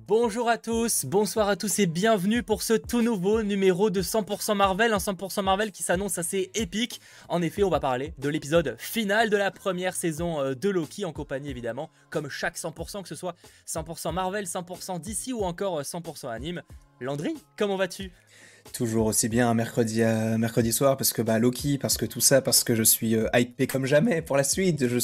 Bonjour à tous, bonsoir à tous et bienvenue pour ce tout nouveau numéro de 100% Marvel, un 100% Marvel qui s'annonce assez épique. En effet, on va parler de l'épisode final de la première saison de Loki en compagnie évidemment, comme chaque 100%, que ce soit 100% Marvel, 100% DC ou encore 100% anime. Landry, comment vas-tu ? Toujours aussi bien un mercredi soir parce que Loki, parce que tout ça, parce que je suis hypé comme jamais pour la suite. Je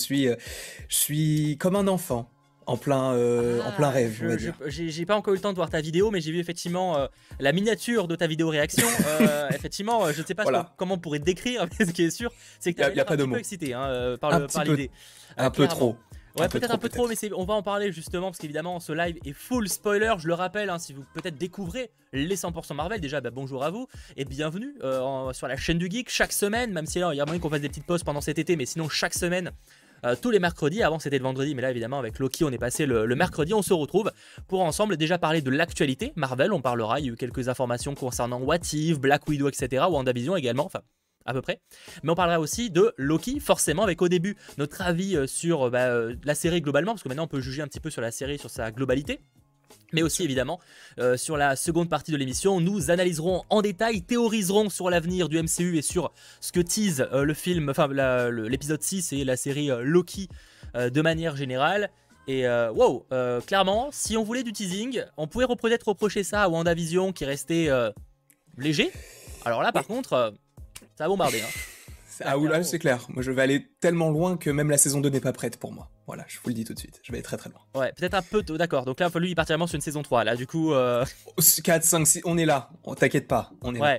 suis comme un enfant en plein rêve, on va dire. J'ai pas encore eu le temps de voir ta vidéo, mais j'ai vu effectivement la miniature de ta vidéo réaction. Effectivement, je ne sais pas comment on pourrait te décrire, mais ce qui est sûr, c'est que tu as l'air un petit peu excité par l'idée. Un peu trop. Ouais, peut-être un peu trop, mais on va en parler justement parce qu'évidemment ce live est full spoiler. Je le rappelle, si vous peut-être découvrez les 100% Marvel, déjà bonjour à vous et bienvenue sur la chaîne du Geek chaque semaine, même si là il y a moyen qu'on fasse des petites pauses pendant cet été, mais sinon chaque semaine. Tous les mercredis, avant c'était le vendredi, mais là évidemment avec Loki on est passé le mercredi, on se retrouve pour ensemble déjà parler de l'actualité Marvel, on parlera, il y a eu quelques informations concernant What If, Black Widow, etc. WandaVision également, enfin à peu près, mais on parlera aussi de Loki forcément avec au début notre avis sur la série globalement, parce que maintenant on peut juger un petit peu sur la série, sur sa globalité. Mais aussi évidemment sur la seconde partie de l'émission, nous analyserons en détail, théoriserons sur l'avenir du MCU et sur ce que tease le film, enfin l'épisode 6 et la série Loki de manière générale. Et clairement, si on voulait du teasing, on pouvait peut-être reprocher ça à WandaVision qui restait léger. Alors là par contre, ça a bombardé. Ah oula, c'est clair. Moi je vais aller tellement loin que même la saison 2 n'est pas prête pour moi. Voilà, je vous le dis tout de suite. Je vais aller très très loin. Ouais, peut-être un peu tôt, d'accord. Donc là, lui, il partira vraiment sur une saison 3. Là, du coup. 4, 5, 6, on est là. T'inquiète pas. On est là.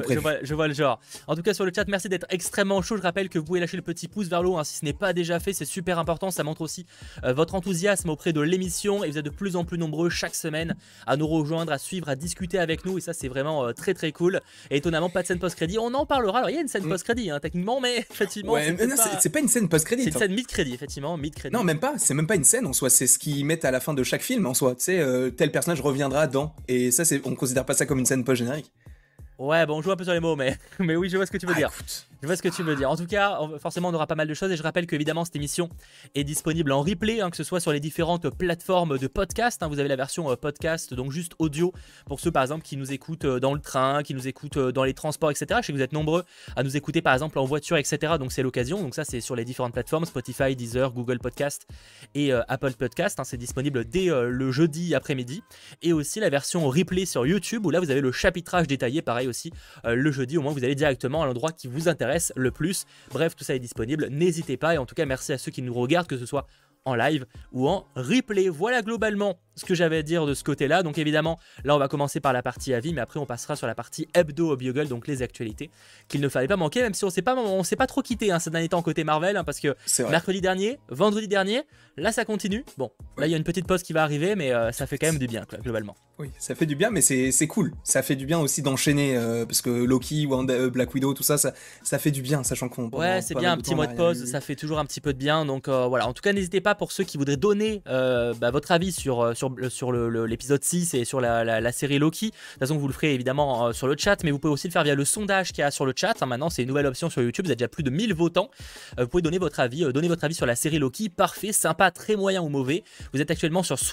Je vois le genre. En tout cas, sur le chat, merci d'être extrêmement chaud. Je rappelle que vous pouvez lâcher le petit pouce vers le haut si ce n'est pas déjà fait. C'est super important. Ça montre aussi votre enthousiasme auprès de l'émission. Et vous êtes de plus en plus nombreux chaque semaine à nous rejoindre, à suivre, à discuter avec nous. Et ça, c'est vraiment très très cool. Et étonnamment, pas de scène post-crédit. On en parlera. Alors, il y a une scène post-crédit, techniquement, mais effectivement. Ouais, mais non, c'est pas une scène post-crédit. C'est une scène mid-crédit, effectivement. Mid-crédit. Non, même pas. C'est même pas une scène en soi, c'est ce qu'ils mettent à la fin de chaque film en soi. Tu sais, tel personnage reviendra dans. Et ça, on considère pas ça comme une scène post-générique. Ouais, bon, on joue un peu sur les mots, mais oui, je vois ce que tu veux dire. Écoute. Je vois ce que tu veux dire. En tout cas, forcément, on aura pas mal de choses. Et je rappelle qu'évidemment, cette émission est disponible en replay, que ce soit sur les différentes plateformes de podcast. Vous avez la version podcast, donc juste audio, pour ceux, par exemple, qui nous écoutent dans le train, qui nous écoutent dans les transports, etc. Je sais que vous êtes nombreux à nous écouter, par exemple, en voiture, etc. Donc, c'est l'occasion. Donc, ça, c'est sur les différentes plateformes, Spotify, Deezer, Google Podcast et Apple Podcast. C'est disponible dès le jeudi après-midi. Et aussi la version replay sur YouTube, où là, vous avez le chapitrage détaillé, pareil aussi, le jeudi. Au moins, vous allez directement à l'endroit qui vous intéresse le plus. Bref, tout ça est disponible, n'hésitez pas. Et en tout cas, merci à ceux qui nous regardent, que ce soit en live ou en replay. Voilà globalement ce que j'avais à dire de ce côté-là. Donc évidemment, là on va commencer par la partie avis, mais après on passera sur la partie hebdo au Bugle, donc les actualités qu'il ne fallait pas manquer, même si on s'est pas trop quitté ces derniers temps côté Marvel, parce que mercredi dernier, vendredi dernier, là ça continue. Bon, là il y a une petite pause qui va arriver, mais ça fait quand même du bien globalement. Oui, ça fait du bien, mais c'est cool. Ça fait du bien aussi d'enchaîner, parce que Loki, Black Widow, tout ça, ça fait du bien, sachant qu'on... Ouais, c'est bien, un petit mois de pause, ça fait toujours un petit peu de bien. Donc voilà, en tout cas n'hésitez pas pour ceux qui voudraient donner votre avis sur l'épisode 6 et sur la série Loki. De toute façon, vous le ferez évidemment sur le chat, mais vous pouvez aussi le faire via le sondage qu'il y a sur le chat. Maintenant, c'est une nouvelle option sur YouTube. Vous avez déjà plus de 1000 votants. Vous pouvez donner votre avis sur la série Loki. Parfait, sympa, très moyen ou mauvais. Vous êtes actuellement sur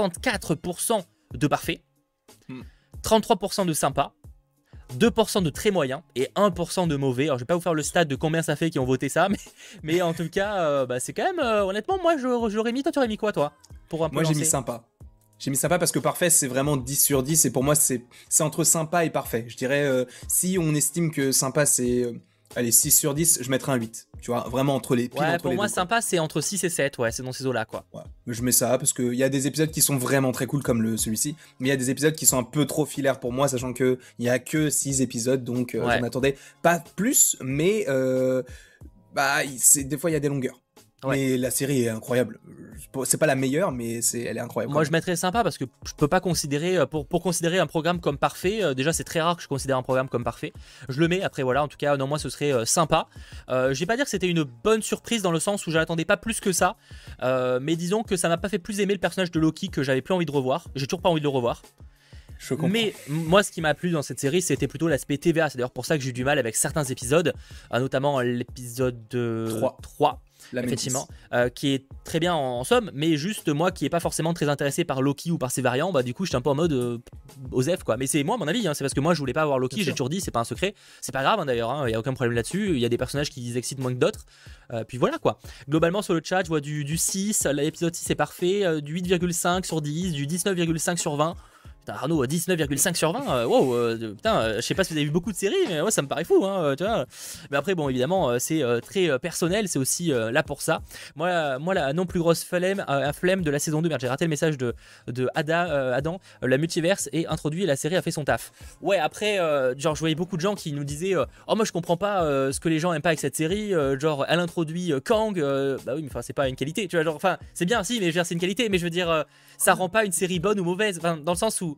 64% de parfait, 33% de sympa, 2% de très moyen et 1% de mauvais. Alors je vais pas vous faire le stade de combien ça fait qui ont voté ça, mais en tout cas c'est quand même honnêtement, moi j'aurais mis, toi tu aurais mis quoi toi pour un peu Moi lancer. J'ai mis sympa. J'ai mis sympa parce que parfait c'est vraiment 10 sur 10 et pour moi c'est entre sympa et parfait. Je dirais si on estime que sympa c'est 6 sur 10, je mettrais un 8. Tu vois, vraiment entre les piles. Ouais, entre pour les moi deux, sympa c'est entre 6 et 7, ouais, c'est dans ces eaux-là quoi. Ouais, je mets ça parce qu'il y a des épisodes qui sont vraiment très cool comme celui-ci, mais il y a des épisodes qui sont un peu trop filaires pour moi, sachant qu'il n'y a que 6 épisodes, donc j'en attendais pas plus, mais des fois il y a des longueurs. Ouais. Mais la série est incroyable. C'est pas la meilleure, mais elle est incroyable. Moi, je mettrais sympa parce que je peux pas considérer, pour considérer un programme comme parfait, déjà c'est très rare que je considère un programme comme parfait. Je le mets, après voilà, en tout cas, non, moi ce serait sympa. Je vais pas dire que c'était une bonne surprise dans le sens où j'attendais pas plus que ça, mais disons que ça m'a pas fait plus aimer le personnage de Loki que j'avais plus envie de revoir. J'ai toujours pas envie de le revoir. Je comprends. Mais moi, ce qui m'a plu dans cette série, c'était plutôt l'aspect TVA. C'est d'ailleurs pour ça que j'ai eu du mal avec certains épisodes, notamment l'épisode 3. Effectivement, qui est très bien en somme, mais juste moi qui est pas forcément très intéressé par Loki ou par ses variants, bah du coup j'étais un peu en mode Osef quoi. Mais c'est moi à mon avis, hein, c'est parce que moi je voulais pas avoir Loki, j'ai toujours dit, c'est pas un secret, c'est pas grave hein, d'ailleurs, il y a aucun problème là-dessus, il y a des personnages qui les excitent moins que d'autres, puis voilà quoi. Globalement sur le chat, je vois du 6, l'épisode 6 est parfait, du 8,5 sur 10, du 19,5 sur 20. Putain, Arnaud, 19,5 sur 20, wow, putain, je sais pas si vous avez vu beaucoup de séries, mais ouais, ça me paraît fou, hein, tu vois. Mais après, bon, évidemment, c'est très personnel, c'est aussi là pour ça. Moi, la non plus grosse flemme de la saison 2, merde, j'ai raté le message de Adam, la multiverse est introduit et la série a fait son taf. Ouais, après, genre, je voyais beaucoup de gens qui nous disaient oh, moi je comprends pas ce que les gens aiment pas avec cette série, genre, elle introduit Kang, bah oui, mais enfin, c'est pas une qualité, tu vois, genre, enfin, c'est bien, si, mais je veux dire, c'est une qualité, mais je veux dire, ça rend pas une série bonne ou mauvaise, enfin, dans le sens où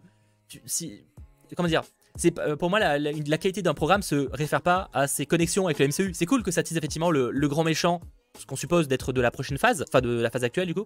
comment dire, c'est pour moi la qualité d'un programme se réfère pas à ses connexions avec le MCU. C'est cool que ça tease effectivement le grand méchant, ce qu'on suppose d'être de la prochaine phase, enfin de la phase actuelle du coup.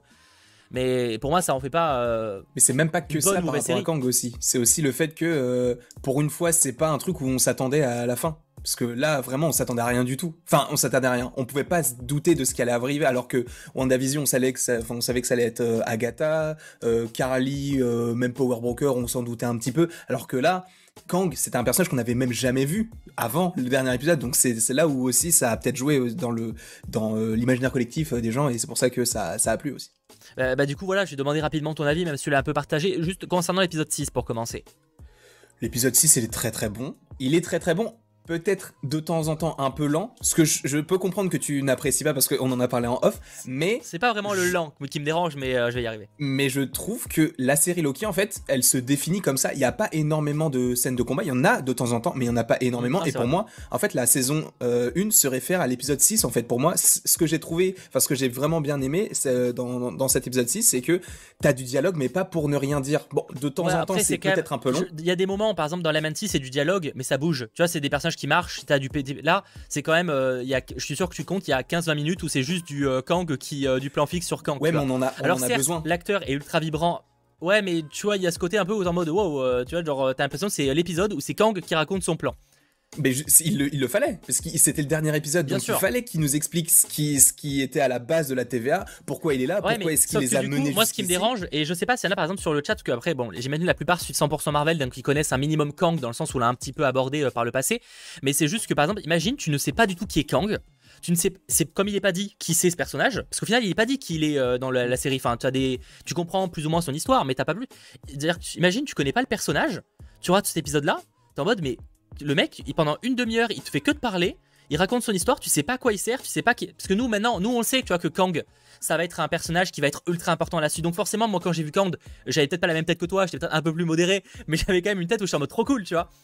Mais pour moi ça en fait pas mais c'est même pas que ça par rapport à Kang aussi. C'est aussi le fait que pour une fois c'est pas un truc où on s'attendait à la fin. Parce que là, vraiment, on s'attendait à rien du tout. Enfin, on s'attendait à rien. On pouvait pas se douter de ce qui allait arriver, alors que WandaVision, on savait que ça allait être Agatha, Carly, même Power Broker, on s'en doutait un petit peu. Alors que là, Kang, c'était un personnage qu'on n'avait même jamais vu avant le dernier épisode. Donc c'est là où aussi ça a peut-être joué dans l'imaginaire collectif des gens, et c'est pour ça que ça a plu aussi. Bah du coup, voilà, je vais demander rapidement ton avis, même si tu l'as un peu partagé. Juste concernant l'épisode 6 pour commencer. L'épisode 6, il est très très bon. Il est très très bon. Peut-être de temps en temps un peu lent, ce que je peux comprendre que tu n'apprécies pas parce qu'on en a parlé en off, mais... C'est pas vraiment le lent qui me dérange, mais je vais y arriver. Mais je trouve que la série Loki, en fait, elle se définit comme ça. Il n'y a pas énormément de scènes de combat, il y en a de temps en temps, mais il n'y en a pas énormément. Et pour moi, en fait, la saison 1 se réfère à l'épisode 6, en fait. Pour moi, ce que j'ai trouvé, enfin ce que j'ai vraiment bien aimé dans cet épisode 6, c'est que t'as du dialogue, mais pas pour ne rien dire. Bon, de temps en temps, c'est peut-être un peu long. Il y a des moments, par exemple, dans la Mantis, c'est du dialogue, mais ça bouge. Tu vois, c'est des personnages qui marchent, t'as du là c'est quand même je suis sûr que tu comptes, il y a 15-20 minutes où c'est juste du Kang du plan fixe sur Kang. Ouais, mais on en a certes, besoin. L'acteur est ultra vibrant. Ouais, mais tu vois, il y a ce côté un peu en mode wow, tu vois, genre t'as l'impression que c'est l'épisode où c'est Kang qui raconte son plan. Mais il le fallait, parce que c'était le dernier épisode, bien donc sûr. Il fallait qu'il nous explique ce qui était à la base de la TVA, pourquoi il est là, pourquoi est-ce qu'il les a menés. Moi, ce qui me dérange, et je sais pas s'il y en a par exemple sur le chat, parce que après, bon, j'imagine la plupart suivent 100% Marvel, donc ils connaissent un minimum Kang dans le sens où on l'a un petit peu abordé par le passé, mais c'est juste que par exemple, imagine, tu ne sais pas du tout qui est Kang. Tu ne sais, c'est comme il est pas dit qui c'est ce personnage, parce qu'au final il est pas dit qu'il est dans la série. Enfin, tu comprends plus ou moins son histoire, mais t'as pas plus. Imagine, tu connais pas le personnage, tu rates cet épisode-là, t'es en mode mais le mec, pendant une demi-heure, il te fait que de parler, il raconte son histoire, tu sais pas à quoi il sert, tu sais pas qui... Parce que nous maintenant, on le sait, tu vois que Kang, ça va être un personnage qui va être ultra important là-dessus. Donc forcément, moi quand j'ai vu Kang, j'avais peut-être pas la même tête que toi, j'étais peut-être un peu plus modéré, mais j'avais quand même une tête où je suis en mode trop cool, tu vois.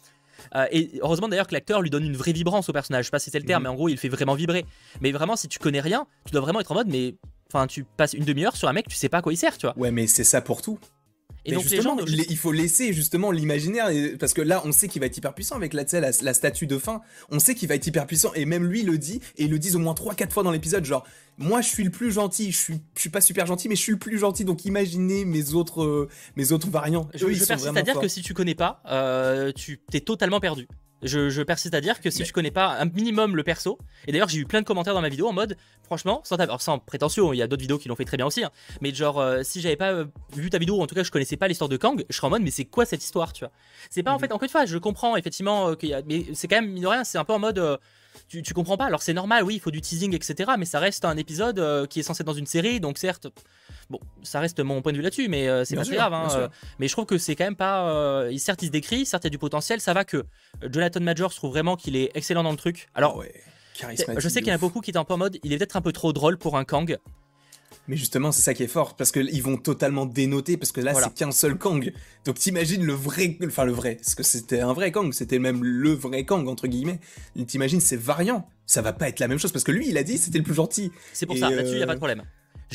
Et heureusement d'ailleurs que l'acteur lui donne une vraie vibrance au personnage. Je sais pas si c'est le terme, mais en gros il fait vraiment vibrer. Mais vraiment, si tu connais rien, tu dois vraiment être en mode, mais enfin, tu passes une demi-heure sur un mec, tu sais pas à quoi il sert, tu vois. Ouais, mais c'est ça pour tout. Et mais donc justement, les gens, il faut laisser justement l'imaginaire, parce que là on sait qu'il va être hyper puissant avec la statue de fin, on sait qu'il va être hyper puissant, et même lui le dit, et ils le disent au moins 3-4 fois dans l'épisode, genre moi je suis le plus gentil, je suis pas super gentil, mais je suis le plus gentil, donc imaginez mes autres variants. Je persiste à dire que si tu connais pas, tu t'es totalement perdu. Je persiste à dire que si tu connais pas un minimum le perso, et d'ailleurs j'ai eu plein de commentaires dans ma vidéo en mode franchement, sans prétention, il y a d'autres vidéos qui l'ont fait très bien aussi, hein, mais genre si j'avais pas vu ta vidéo, ou en tout cas je connaissais pas l'histoire de Kang, je serais en mode mais c'est quoi cette histoire, tu vois. C'est pas en fait, encore une fois, je comprends effectivement qu'il y a, mais c'est quand même mine de rien, c'est un peu en mode tu comprends pas, alors c'est normal, oui il faut du teasing etc, mais ça reste un épisode qui est censé être dans une série, donc certes bon ça reste mon point de vue là-dessus, mais c'est pas très grave hein, mais je trouve que c'est quand même pas certes il se décrit, certes il y a du potentiel, ça va que Jonathan Majors, je trouve vraiment qu'il est excellent dans le truc. Alors ouais, je sais qu'il y en a beaucoup qui étaient un peu en mode il est peut-être un peu trop drôle pour un Kang. Mais justement, c'est ça qui est fort, parce qu'ils vont totalement dénoter, parce que là, c'est qu'un seul Kang. Donc t'imagines le vrai, parce que c'était un vrai Kang, c'était même le vrai Kang, entre guillemets. T'imagines ses variants, ça va pas être la même chose, parce que lui, il a dit c'était le plus gentil. C'est pour ça, là-dessus, il y a pas de problème.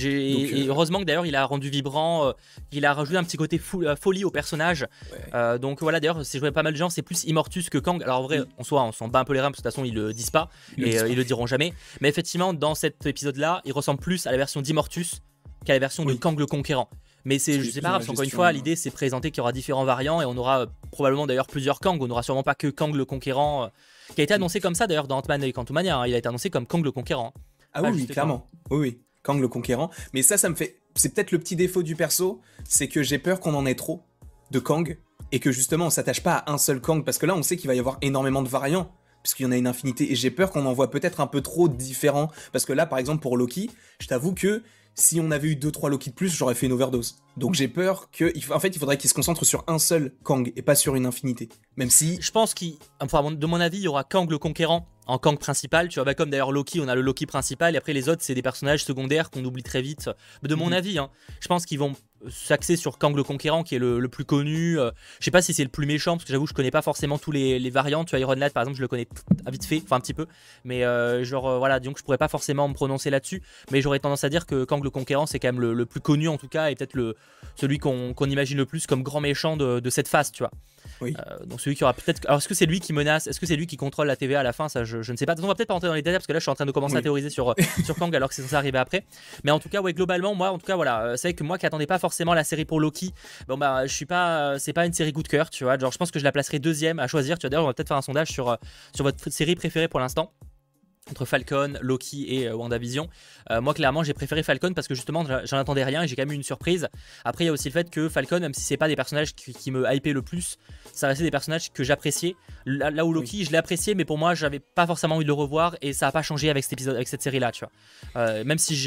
Et heureusement que d'ailleurs il a rendu vibrant, il a rajouté un petit côté folie au personnage. Ouais. Donc voilà, d'ailleurs c'est joué pas mal de gens, c'est plus Immortus que Kang. Alors en vrai, on s'en bat un peu les reins parce que de toute façon ils le disent pas et ils le diront jamais. Mais effectivement, dans cet épisode-là, il ressemble plus à la version d'Immortus qu'à la version de Kang le Conquérant. Mais c'est pas grave, parce qu'encore une fois, l'idée c'est présenter qu'il y aura différents variants et on aura probablement d'ailleurs plusieurs Kang. On n'aura sûrement pas que Kang le Conquérant, qui a été annoncé comme ça d'ailleurs dans Ant-Man et Quantumania. Il a été annoncé comme Kang le Conquérant. Ah oui, clairement. Oui, Kang le Conquérant. Mais ça me fait. C'est peut-être le petit défaut du perso, c'est que j'ai peur qu'on en ait trop de Kang et que justement on s'attache pas à un seul Kang, parce que là on sait qu'il va y avoir énormément de variants, puisqu'il y en a une infinité, et j'ai peur qu'on en voit peut-être un peu trop différents, parce que là par exemple pour Loki, je t'avoue que si on avait eu 2-3 Loki de plus, j'aurais fait une overdose. Donc j'ai peur que, en fait, il faudrait qu'il se concentre sur un seul Kang et pas sur une infinité. Même si... Je pense de mon avis, il y aura Kang le Conquérant en Kang principal, tu vois, comme d'ailleurs Loki, on a le Loki principal, et après les autres, c'est des personnages secondaires qu'on oublie très vite. De mon avis, hein, je pense qu'ils vont s'axer sur Kang le Conquérant, qui est le plus connu. Je sais pas si c'est le plus méchant, parce que j'avoue, je connais pas forcément tous les variantes. Tu vois, Iron Lad, par exemple, je le connais vite fait, enfin un petit peu. Mais voilà, donc je pourrais pas forcément me prononcer là-dessus. Mais j'aurais tendance à dire que Kang le Conquérant, c'est quand même le plus connu en tout cas, et peut-être celui qu'on imagine le plus comme grand méchant de cette phase, tu vois. Oui. Donc celui qui aura peut-être... Alors est-ce que c'est lui qui menace? Est-ce que c'est lui qui contrôle la TVA à la fin? Ça je ne sais pas. On va peut-être pas rentrer dans les détails parce que là je suis en train de commencer à théoriser sur Kang alors que c'est censé arriver après. Mais en tout cas, ouais, globalement, moi en tout cas voilà, c'est vrai que moi qui attendais pas forcément la série pour Loki, bon bah je suis pas, c'est pas une série coup de cœur, tu vois. Genre je pense que je la placerai deuxième à choisir. Tu vois, d'ailleurs on va peut-être faire un sondage sur votre série préférée pour l'instant, entre Falcon, Loki et WandaVision. Moi clairement j'ai préféré Falcon parce que justement j'en attendais rien et j'ai quand même eu une surprise. Après il y a aussi le fait que Falcon, même si c'est pas des personnages qui me hypaient le plus, ça restait des personnages que j'appréciais. Là où Loki je l'ai apprécié, mais pour moi j'avais pas forcément envie de le revoir et ça a pas changé avec cet épisode, avec cette série là, tu vois. Même si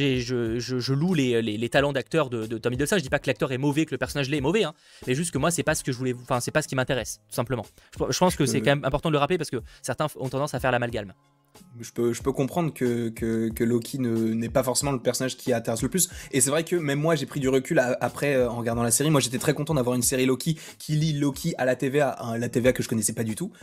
je loue les talents d'acteur de Tom Hiddleston, je dis pas que l'acteur est mauvais, que le personnage est mauvais, hein, mais juste que moi c'est pas ce que je voulais, enfin c'est pas ce qui m'intéresse tout simplement. Je pense que c'est quand même important de le rappeler parce que certains ont tendance à faire l'amalgame. Je peux comprendre que Loki n'est pas forcément le personnage qui intéresse le plus. Et c'est vrai que même moi, j'ai pris du recul après en regardant la série. Moi, j'étais très content d'avoir une série Loki qui lie Loki à la TVA, la TVA que je connaissais pas du tout.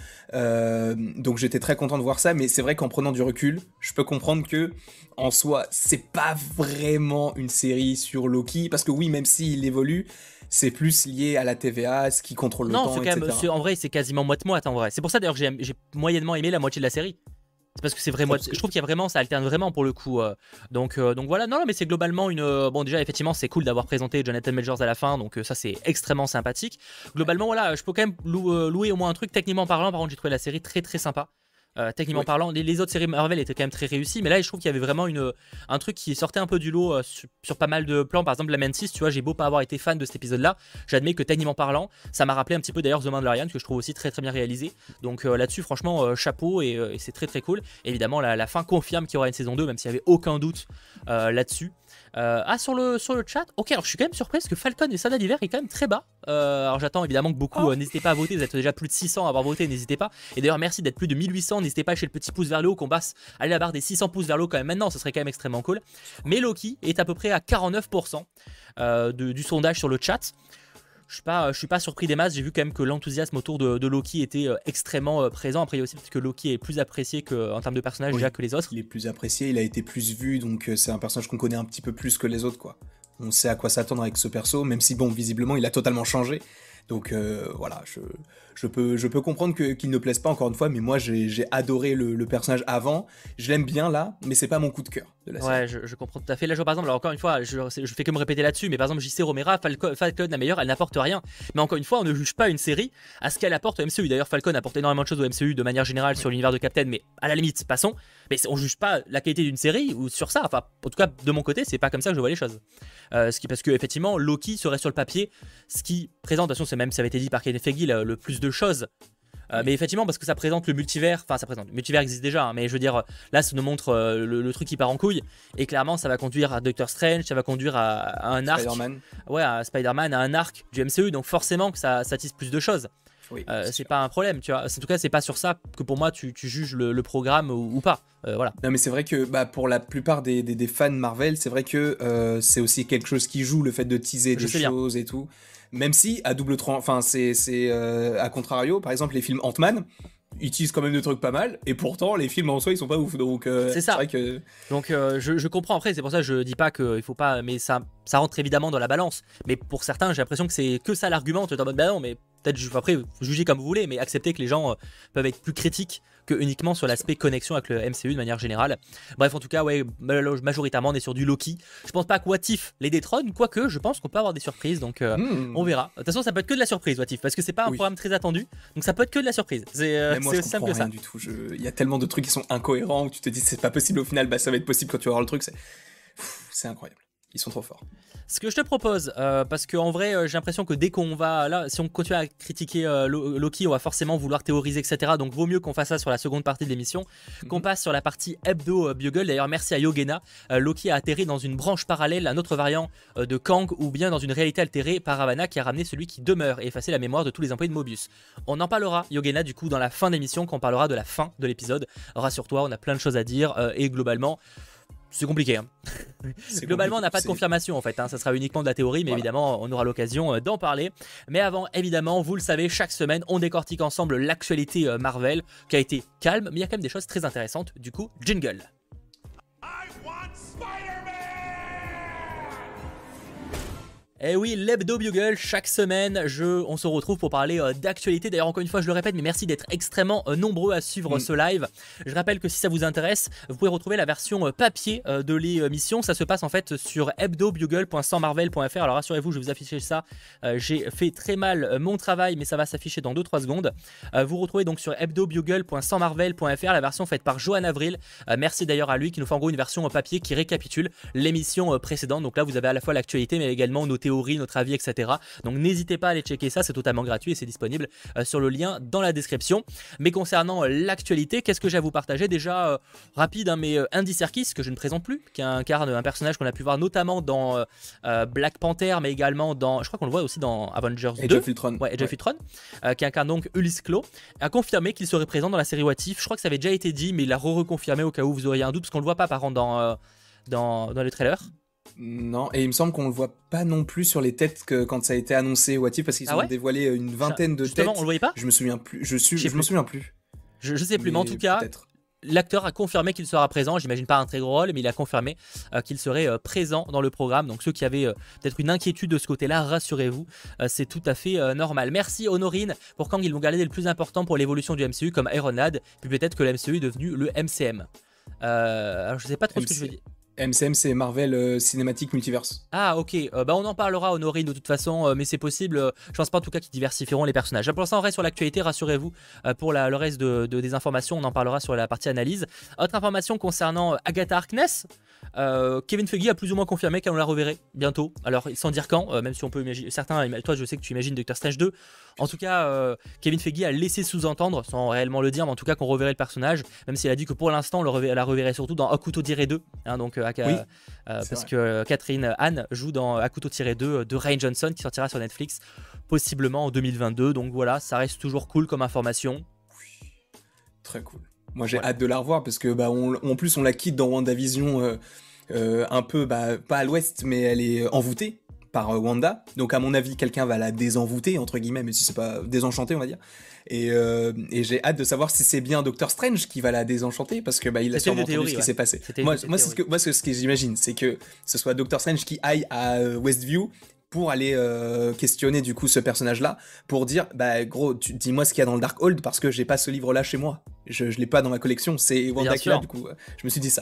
Donc j'étais très content de voir ça. Mais c'est vrai qu'en prenant du recul, je peux comprendre que en soi, c'est pas vraiment une série sur Loki. Parce que oui, même s'il évolue, c'est plus lié à la TVA, ce qui contrôle le temps, etc. Non, en vrai, c'est quasiment moite-moite en vrai. C'est pour ça d'ailleurs que j'ai moyennement aimé la moitié de la série. C'est parce que c'est vraiment, je trouve qu'il y a vraiment, ça alterne vraiment pour le coup. Donc voilà, non, mais c'est globalement une. Bon, déjà, effectivement, c'est cool d'avoir présenté Jonathan Majors à la fin, donc ça, c'est extrêmement sympathique. Globalement, voilà, je peux quand même louer au moins un truc. Techniquement parlant, par contre, j'ai trouvé la série très très sympa. Techniquement parlant, les autres séries Marvel étaient quand même très réussies, mais là je trouve qu'il y avait vraiment un truc qui sortait un peu du lot sur pas mal de plans. Par exemple, la Mantis, tu vois, j'ai beau pas avoir été fan de cet épisode-là, j'admets que techniquement parlant, ça m'a rappelé un petit peu d'ailleurs The Mandalorian, que je trouve aussi très très bien réalisé. Donc là-dessus, franchement, chapeau et c'est très très cool. Évidemment, la fin confirme qu'il y aura une saison 2, même s'il n'y avait aucun doute là-dessus. Sur le chat, ok, alors je suis quand même surpris parce que Falcon et Soldat d'hiver est quand même très bas. Alors j'attends évidemment que beaucoup, n'hésitez pas à voter, vous êtes déjà plus de 600 à avoir voté, n'hésitez pas. Et d'ailleurs merci d'être plus de 1800, n'hésitez pas à lâcher le petit pouce vers le haut, qu'on passe à la barre des 600 pouces vers le haut quand même maintenant, ce serait quand même extrêmement cool. Mais Loki est à peu près à 49% du sondage sur le chat. Je suis pas surpris des masses, j'ai vu quand même que l'enthousiasme autour de Loki était extrêmement présent. Après il y a aussi peut-être que Loki est plus apprécié en termes de personnage déjà que les autres. Il est plus apprécié, il a été plus vu, donc c'est un personnage qu'on connaît un petit peu plus que les autres, quoi. On sait à quoi s'attendre avec ce perso, même si bon, visiblement il a totalement changé. Donc voilà, je peux comprendre qu'il ne plaise pas, encore une fois, mais moi j'ai adoré le personnage avant, je l'aime bien là, mais c'est pas mon coup de cœur de la série. Ouais, je comprends tout à fait. Là, par exemple, alors encore une fois, je fais que me répéter là-dessus, mais par exemple, JC Romera, Falcon la meilleure, elle n'apporte rien. Mais encore une fois, on ne juge pas une série à ce qu'elle apporte au MCU. D'ailleurs, Falcon apporte énormément de choses au MCU de manière générale sur l'univers de Captain, mais à la limite, passons. Mais on juge pas la qualité d'une série ou sur ça. Enfin, en tout cas, de mon côté, c'est pas comme ça que je vois les choses. Parce que effectivement, Loki serait sur le papier, ce qui présente, attention, ça avait été dit par Kevin Feige, le plus de choses. Mais effectivement, parce que ça présente le multivers, le multivers existe déjà, hein, mais je veux dire, là ça nous montre le truc qui part en couille, et clairement ça va conduire à Doctor Strange, ça va conduire à un arc, à Spider-Man, à un arc du MCU, donc forcément que ça tisse plus de choses. Oui, c'est pas un problème, tu vois. En tout cas, c'est pas sur ça que pour moi tu juges le programme ou pas. Voilà. Non, mais c'est vrai que pour la plupart des fans Marvel, c'est vrai que c'est aussi quelque chose qui joue, le fait de teaser des choses et tout. Même si, à double enfin, c'est à contrario, par exemple, les films Ant-Man, ils utilisent quand même des trucs pas mal, et pourtant, les films en soi, ils sont pas ouf. Donc, c'est ça. Vrai que... Donc, je comprends après, c'est pour ça que je dis pas qu'il faut pas. Mais ça rentre évidemment dans la balance. Mais pour certains, j'ai l'impression que c'est que ça l'argument. Tu es en mode, bah non, mais peut-être après jugez comme vous voulez, mais acceptez que les gens peuvent être plus critiques que uniquement sur l'aspect connexion avec le MCU de manière générale. Bref, en tout cas, ouais, majoritairement on est sur du Loki. Je pense pas que What If les détrône, quoique je pense qu'on peut avoir des surprises, donc on verra. De toute façon, ça peut être que de la surprise, What If, parce que c'est pas un programme très attendu, donc ça peut être que de la surprise. C'est aussi simple que ça. Du tout. Il y a tellement de trucs qui sont incohérents où tu te dis c'est pas possible, au final, bah ça va être possible quand tu vas voir le truc. C'est incroyable. Ils sont trop forts. Ce que je te propose, parce qu'en vrai, j'ai l'impression que dès qu'on va là, si on continue à critiquer Loki, on va forcément vouloir théoriser, etc. Donc vaut mieux qu'on fasse ça sur la seconde partie de l'émission, qu'on passe sur la partie hebdo Bugle. D'ailleurs, merci à Yogena. Loki a atterri dans une branche parallèle, un autre variant de Kang, ou bien dans une réalité altérée par Ravana qui a ramené celui qui demeure et effacé la mémoire de tous les employés de Mobius. On en parlera, Yogena, du coup, dans la fin d'émission, quand on parlera de la fin de l'épisode. Rassure-toi, on a plein de choses à dire et globalement. C'est compliqué. Hein. Globalement, on n'a pas de confirmation en fait. Hein. Ça sera uniquement de la théorie, mais évidemment, on aura l'occasion d'en parler. Mais avant, évidemment, vous le savez, chaque semaine, on décortique ensemble l'actualité Marvel, qui a été calme, mais il y a quand même des choses très intéressantes. Du coup, jingle. Et oui, l'Hebdo Bugle, chaque semaine, on se retrouve pour parler d'actualité. D'ailleurs, encore une fois, je le répète, mais merci d'être extrêmement nombreux à suivre ce live. Je rappelle que si ça vous intéresse, vous pouvez retrouver la version papier de l'émission. Ça se passe en fait sur hebdobugle.1marvel.fr. Alors rassurez-vous, je vais vous afficher ça. J'ai fait très mal mon travail, mais ça va s'afficher dans 2-3 secondes. Vous retrouvez donc sur hebdobugle.1marvel.fr la version faite par Johan Avril. Merci d'ailleurs à lui qui nous fait en gros une version papier qui récapitule l'émission précédente. Donc là, vous avez à la fois l'actualité, mais également nos théories, notre avis, etc. Donc n'hésitez pas à aller checker ça, c'est totalement gratuit et c'est disponible sur le lien dans la description. Mais concernant l'actualité, qu'est-ce que j'ai à vous partager? Déjà, rapide, hein, mais Andy Serkis, que je ne présente plus, qui incarne un personnage qu'on a pu voir notamment dans Black Panther, mais également dans, je crois qu'on le voit aussi dans Avengers 2. Age of Ultron. Ouais, Age of Ultron, qui incarne donc Ulysse Klaue, a confirmé qu'il serait présent dans la série What If. Je crois que ça avait déjà été dit, mais il l'a reconfirmé au cas où vous auriez un doute, parce qu'on le voit pas par contre dans le trailer. Non, et il me semble qu'on le voit pas non plus sur les têtes quand ça a été annoncé What If, parce qu'ils ont dévoilé une vingtaine de têtes. On le voyait pas? Je me souviens plus. Je me souviens plus. Je sais plus, mais en tout cas, l'acteur a confirmé qu'il sera présent. J'imagine pas un très gros rôle, mais il a confirmé qu'il serait présent dans le programme. Donc ceux qui avaient peut-être une inquiétude de ce côté-là, rassurez-vous, c'est tout à fait normal. Merci Honorine pour quand ils vont garder le plus important pour l'évolution du MCU comme Iron Lad, puis peut-être que le MCU est devenu le MCM. Alors je sais pas trop ce que je veux dire. MCM, c'est Marvel Cinematic Multiverse. Ah ok, bah on en parlera Honorine de toute façon, mais c'est possible, je pense pas en tout cas qu'ils diversifieront les personnages. Pour l'instant on reste sur l'actualité, rassurez-vous, pour le reste des informations on en parlera sur la partie analyse. Autre information concernant Agatha Harkness, Kevin Feige a plus ou moins confirmé qu'on la reverrait bientôt, alors sans dire quand, même si on peut imaginer, certains, toi je sais que tu imagines Doctor Strange 2, en tout cas Kevin Feige a laissé sous-entendre, sans réellement le dire, mais en tout cas qu'on reverrait le personnage, même s'il a dit que pour l'instant on la reverrait surtout dans Hakuto-2, hein, donc parce que Catherine Anne joue dans Hakuto-2 de Rian Johnson qui sortira sur Netflix possiblement en 2022, donc voilà, ça reste toujours cool comme information. Oui, très cool. Moi j'ai hâte de la revoir parce que en plus on la quitte dans WandaVision un peu pas à l'ouest, mais elle est envoûtée par Wanda, donc à mon avis quelqu'un va la désenvoûter entre guillemets, mais si c'est pas désenchanter on va dire, et j'ai hâte de savoir si c'est bien Doctor Strange qui va la désenchanter, parce que il a sûrement entendu ce qui s'est passé. Moi c'est ce que j'imagine, c'est que ce soit Doctor Strange qui aille à Westview pour aller questionner du coup ce personnage là, pour dire gros dis-moi ce qu'il y a dans le Darkhold, parce que j'ai pas ce livre là chez moi, je l'ai pas dans ma collection, c'est Wanda qui l'a, du coup je me suis dit ça.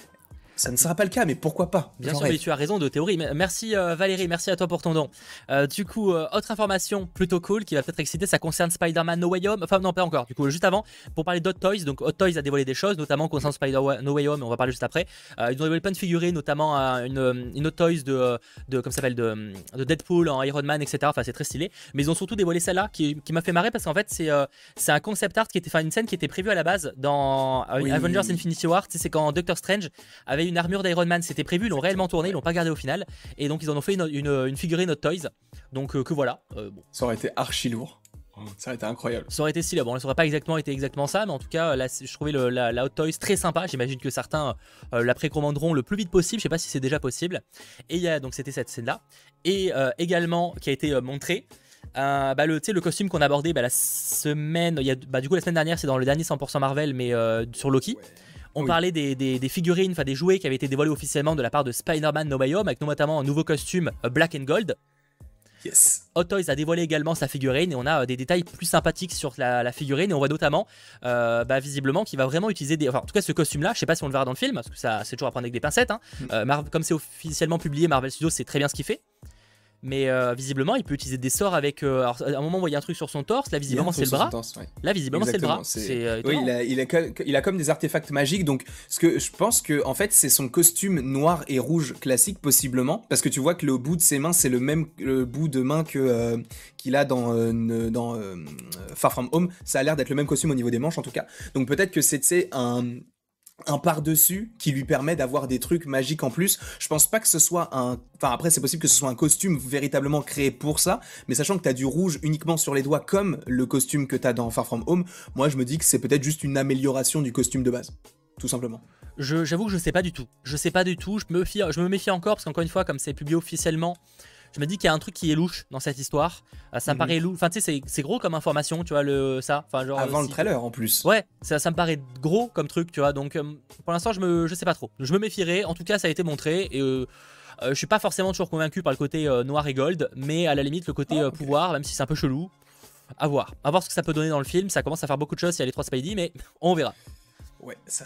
Ça ne sera pas le cas, mais pourquoi pas? Bien sûr, mais tu as raison de théorie. Merci Valérie, merci à toi pour ton don. Du coup, autre information plutôt cool qui va peut-être exciter, ça concerne Spider-Man No Way Home. Enfin non, pas encore. Du coup, juste avant, pour parler d'Hot Toys. Donc Hot Toys a dévoilé des choses, notamment concernant Spider-Man No Way Home. On va parler juste après. Ils ont dévoilé plein de figurines, notamment une Hot Toys de comment ça s'appelle, de Deadpool en Iron Man, etc. Enfin, c'est très stylé. Mais ils ont surtout dévoilé celle-là qui m'a fait marrer, parce qu'en fait, c'est un concept art qui était, une scène qui était prévue à la base dans Avengers Infinity War. C'est quand Doctor Strange avait une armure d'Iron Man, c'était prévu, ils l'ont réellement tourné, ils l'ont pas gardé au final, et donc ils en ont fait une figurine Hot Toys, donc que voilà. Bon. Ça aurait été archi lourd, ça aurait été incroyable. Ça aurait été stylé, bon ça aurait pas été exactement ça, mais en tout cas là, je trouvais la Hot Toys très sympa, j'imagine que certains la précommanderont le plus vite possible, je sais pas si c'est déjà possible, et il y a donc c'était cette scène là, et également qui a été montré. Le costume qu'on a abordé la semaine, du coup la semaine dernière c'est dans le dernier 100% Marvel, mais sur Loki. Ouais. On parlait des figurines, des jouets qui avaient été dévoilés officiellement de la part de Spider-Man No Way Home, avec notamment un nouveau costume Black and Gold. Yes. Hot Toys a dévoilé également sa figurine et on a des détails plus sympathiques sur la figurine et on voit notamment visiblement qu'il va vraiment utiliser des... Enfin, en tout cas ce costume là, je sais pas si on le verra dans le film parce que ça c'est toujours à prendre avec des pincettes hein. Comme c'est officiellement publié, Marvel Studios c'est très bien ce qu'il fait. Mais visiblement il peut utiliser des sorts avec alors, à un moment on voyait un truc sur son torse, là visiblement c'est le bras. Là visiblement c'est le bras. Oui, il a comme des artefacts magiques, donc ce que je pense que en fait c'est son costume noir et rouge classique possiblement, parce que tu vois que le bout de ses mains c'est le même bout de main que qu'il a dans Far From Home. Ça a l'air d'être le même costume au niveau des manches en tout cas, donc peut-être que c'est un par-dessus qui lui permet d'avoir des trucs magiques en plus. Je pense pas que ce soit Enfin après c'est possible que ce soit un costume véritablement créé pour ça, mais sachant que t'as du rouge uniquement sur les doigts comme le costume que t'as dans Far From Home, moi je me dis que c'est peut-être juste une amélioration du costume de base, tout simplement. J'avoue que je sais pas du tout. Je me méfie encore parce qu'encore une fois comme c'est publié officiellement, je me dis qu'il y a un truc qui est louche dans cette histoire. Ça me paraît louche. Enfin, tu sais, c'est gros comme information, tu vois, ça. Enfin, genre, avant le trailer en plus. Ouais, ça me paraît gros comme truc, tu vois. Donc, pour l'instant, je sais pas trop. Je me méfierai. En tout cas, ça a été montré. Et je suis pas forcément toujours convaincu par le côté noir et gold. Mais à la limite, le côté pouvoir, même si c'est un peu chelou, à voir. À voir ce que ça peut donner dans le film. Ça commence à faire beaucoup de choses. Il y a les 3 Spidey, mais on verra. Ouais, ça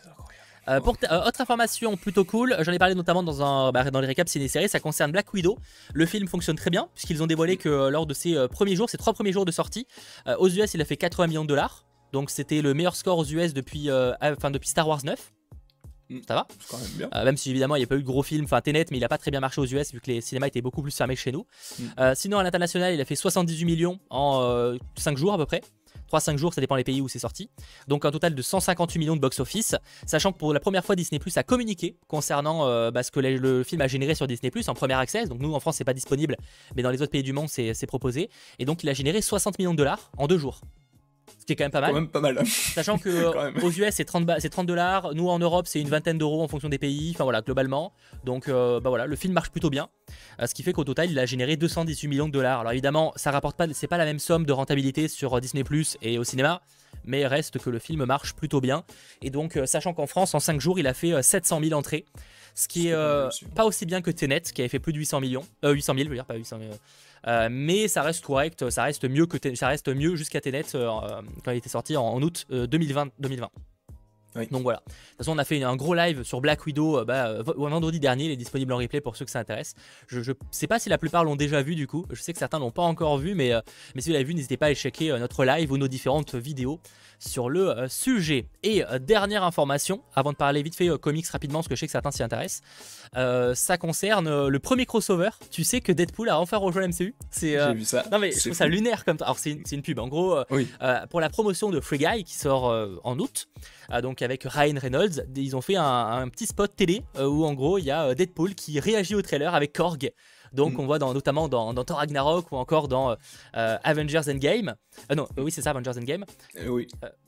autre information plutôt cool, j'en ai parlé notamment dans les récaps ciné-séries, ça concerne Black Widow. Le film fonctionne très bien puisqu'ils ont dévoilé que lors de ses premiers jours, ses 3 premiers jours de sortie, aux US il a fait 80 millions de dollars. Donc c'était le meilleur score aux US depuis Star Wars 9. Ça va quand même bien. Même si évidemment il n'y a pas eu de gros films, enfin Tenet, mais il n'a pas très bien marché aux US vu que les cinémas étaient beaucoup plus fermés que chez nous. Sinon à l'international il a fait 78 millions en 5 jours à peu près. 3-5 jours, ça dépend des pays où c'est sorti. Donc un total de 158 millions de box-office, sachant que pour la première fois Disney Plus a communiqué concernant ce que le film a généré sur Disney Plus en premier access. Donc nous en France c'est pas disponible, mais dans les autres pays du monde c'est proposé. Et donc il a généré 60 millions de dollars en 2 jours. Ce qui est quand même pas mal. Quand même pas mal. Sachant que aux US c'est 30 $, nous en Europe c'est une vingtaine d'euros en fonction des pays, enfin voilà globalement. Donc voilà, le film marche plutôt bien. Ce qui fait qu'au total il a généré 218 millions de dollars. Alors évidemment ça rapporte pas, c'est pas la même somme de rentabilité sur Disney Plus et au cinéma, mais reste que le film marche plutôt bien. Et donc sachant qu'en France en 5 jours il a fait 700 000 entrées. Ce qui est pas aussi bien que Tenet qui avait fait plus de 800 000, je veux dire pas 800 000. Mais ça reste correct, ça reste mieux jusqu'à Tenet quand il était sorti en août 2020. Oui. Donc voilà. De toute façon, on a fait un gros live sur Black Widow vendredi dernier. Il est disponible en replay pour ceux que ça intéresse. Je sais pas si la plupart l'ont déjà vu du coup. Je sais que certains l'ont pas encore vu, mais si vous l'avez vu, n'hésitez pas à aller checker notre live ou nos différentes vidéos sur le sujet. Et dernière information, avant de parler vite fait comics rapidement, parce que je sais que certains s'y intéressent. Ça concerne le premier crossover. Tu sais que Deadpool a enfin rejoint l'MCU. J'ai vu ça. Non mais je trouve ça lunaire comme. Alors c'est une pub. En gros, pour la promotion de Free Guy qui sort en août. Donc avec Ryan Reynolds, ils ont fait un petit spot télé où en gros il y a Deadpool qui réagit au trailer avec Korg. Donc on voit notamment dans Thor Ragnarok ou encore dans Avengers Endgame. Oui c'est ça, Avengers Endgame. Oui.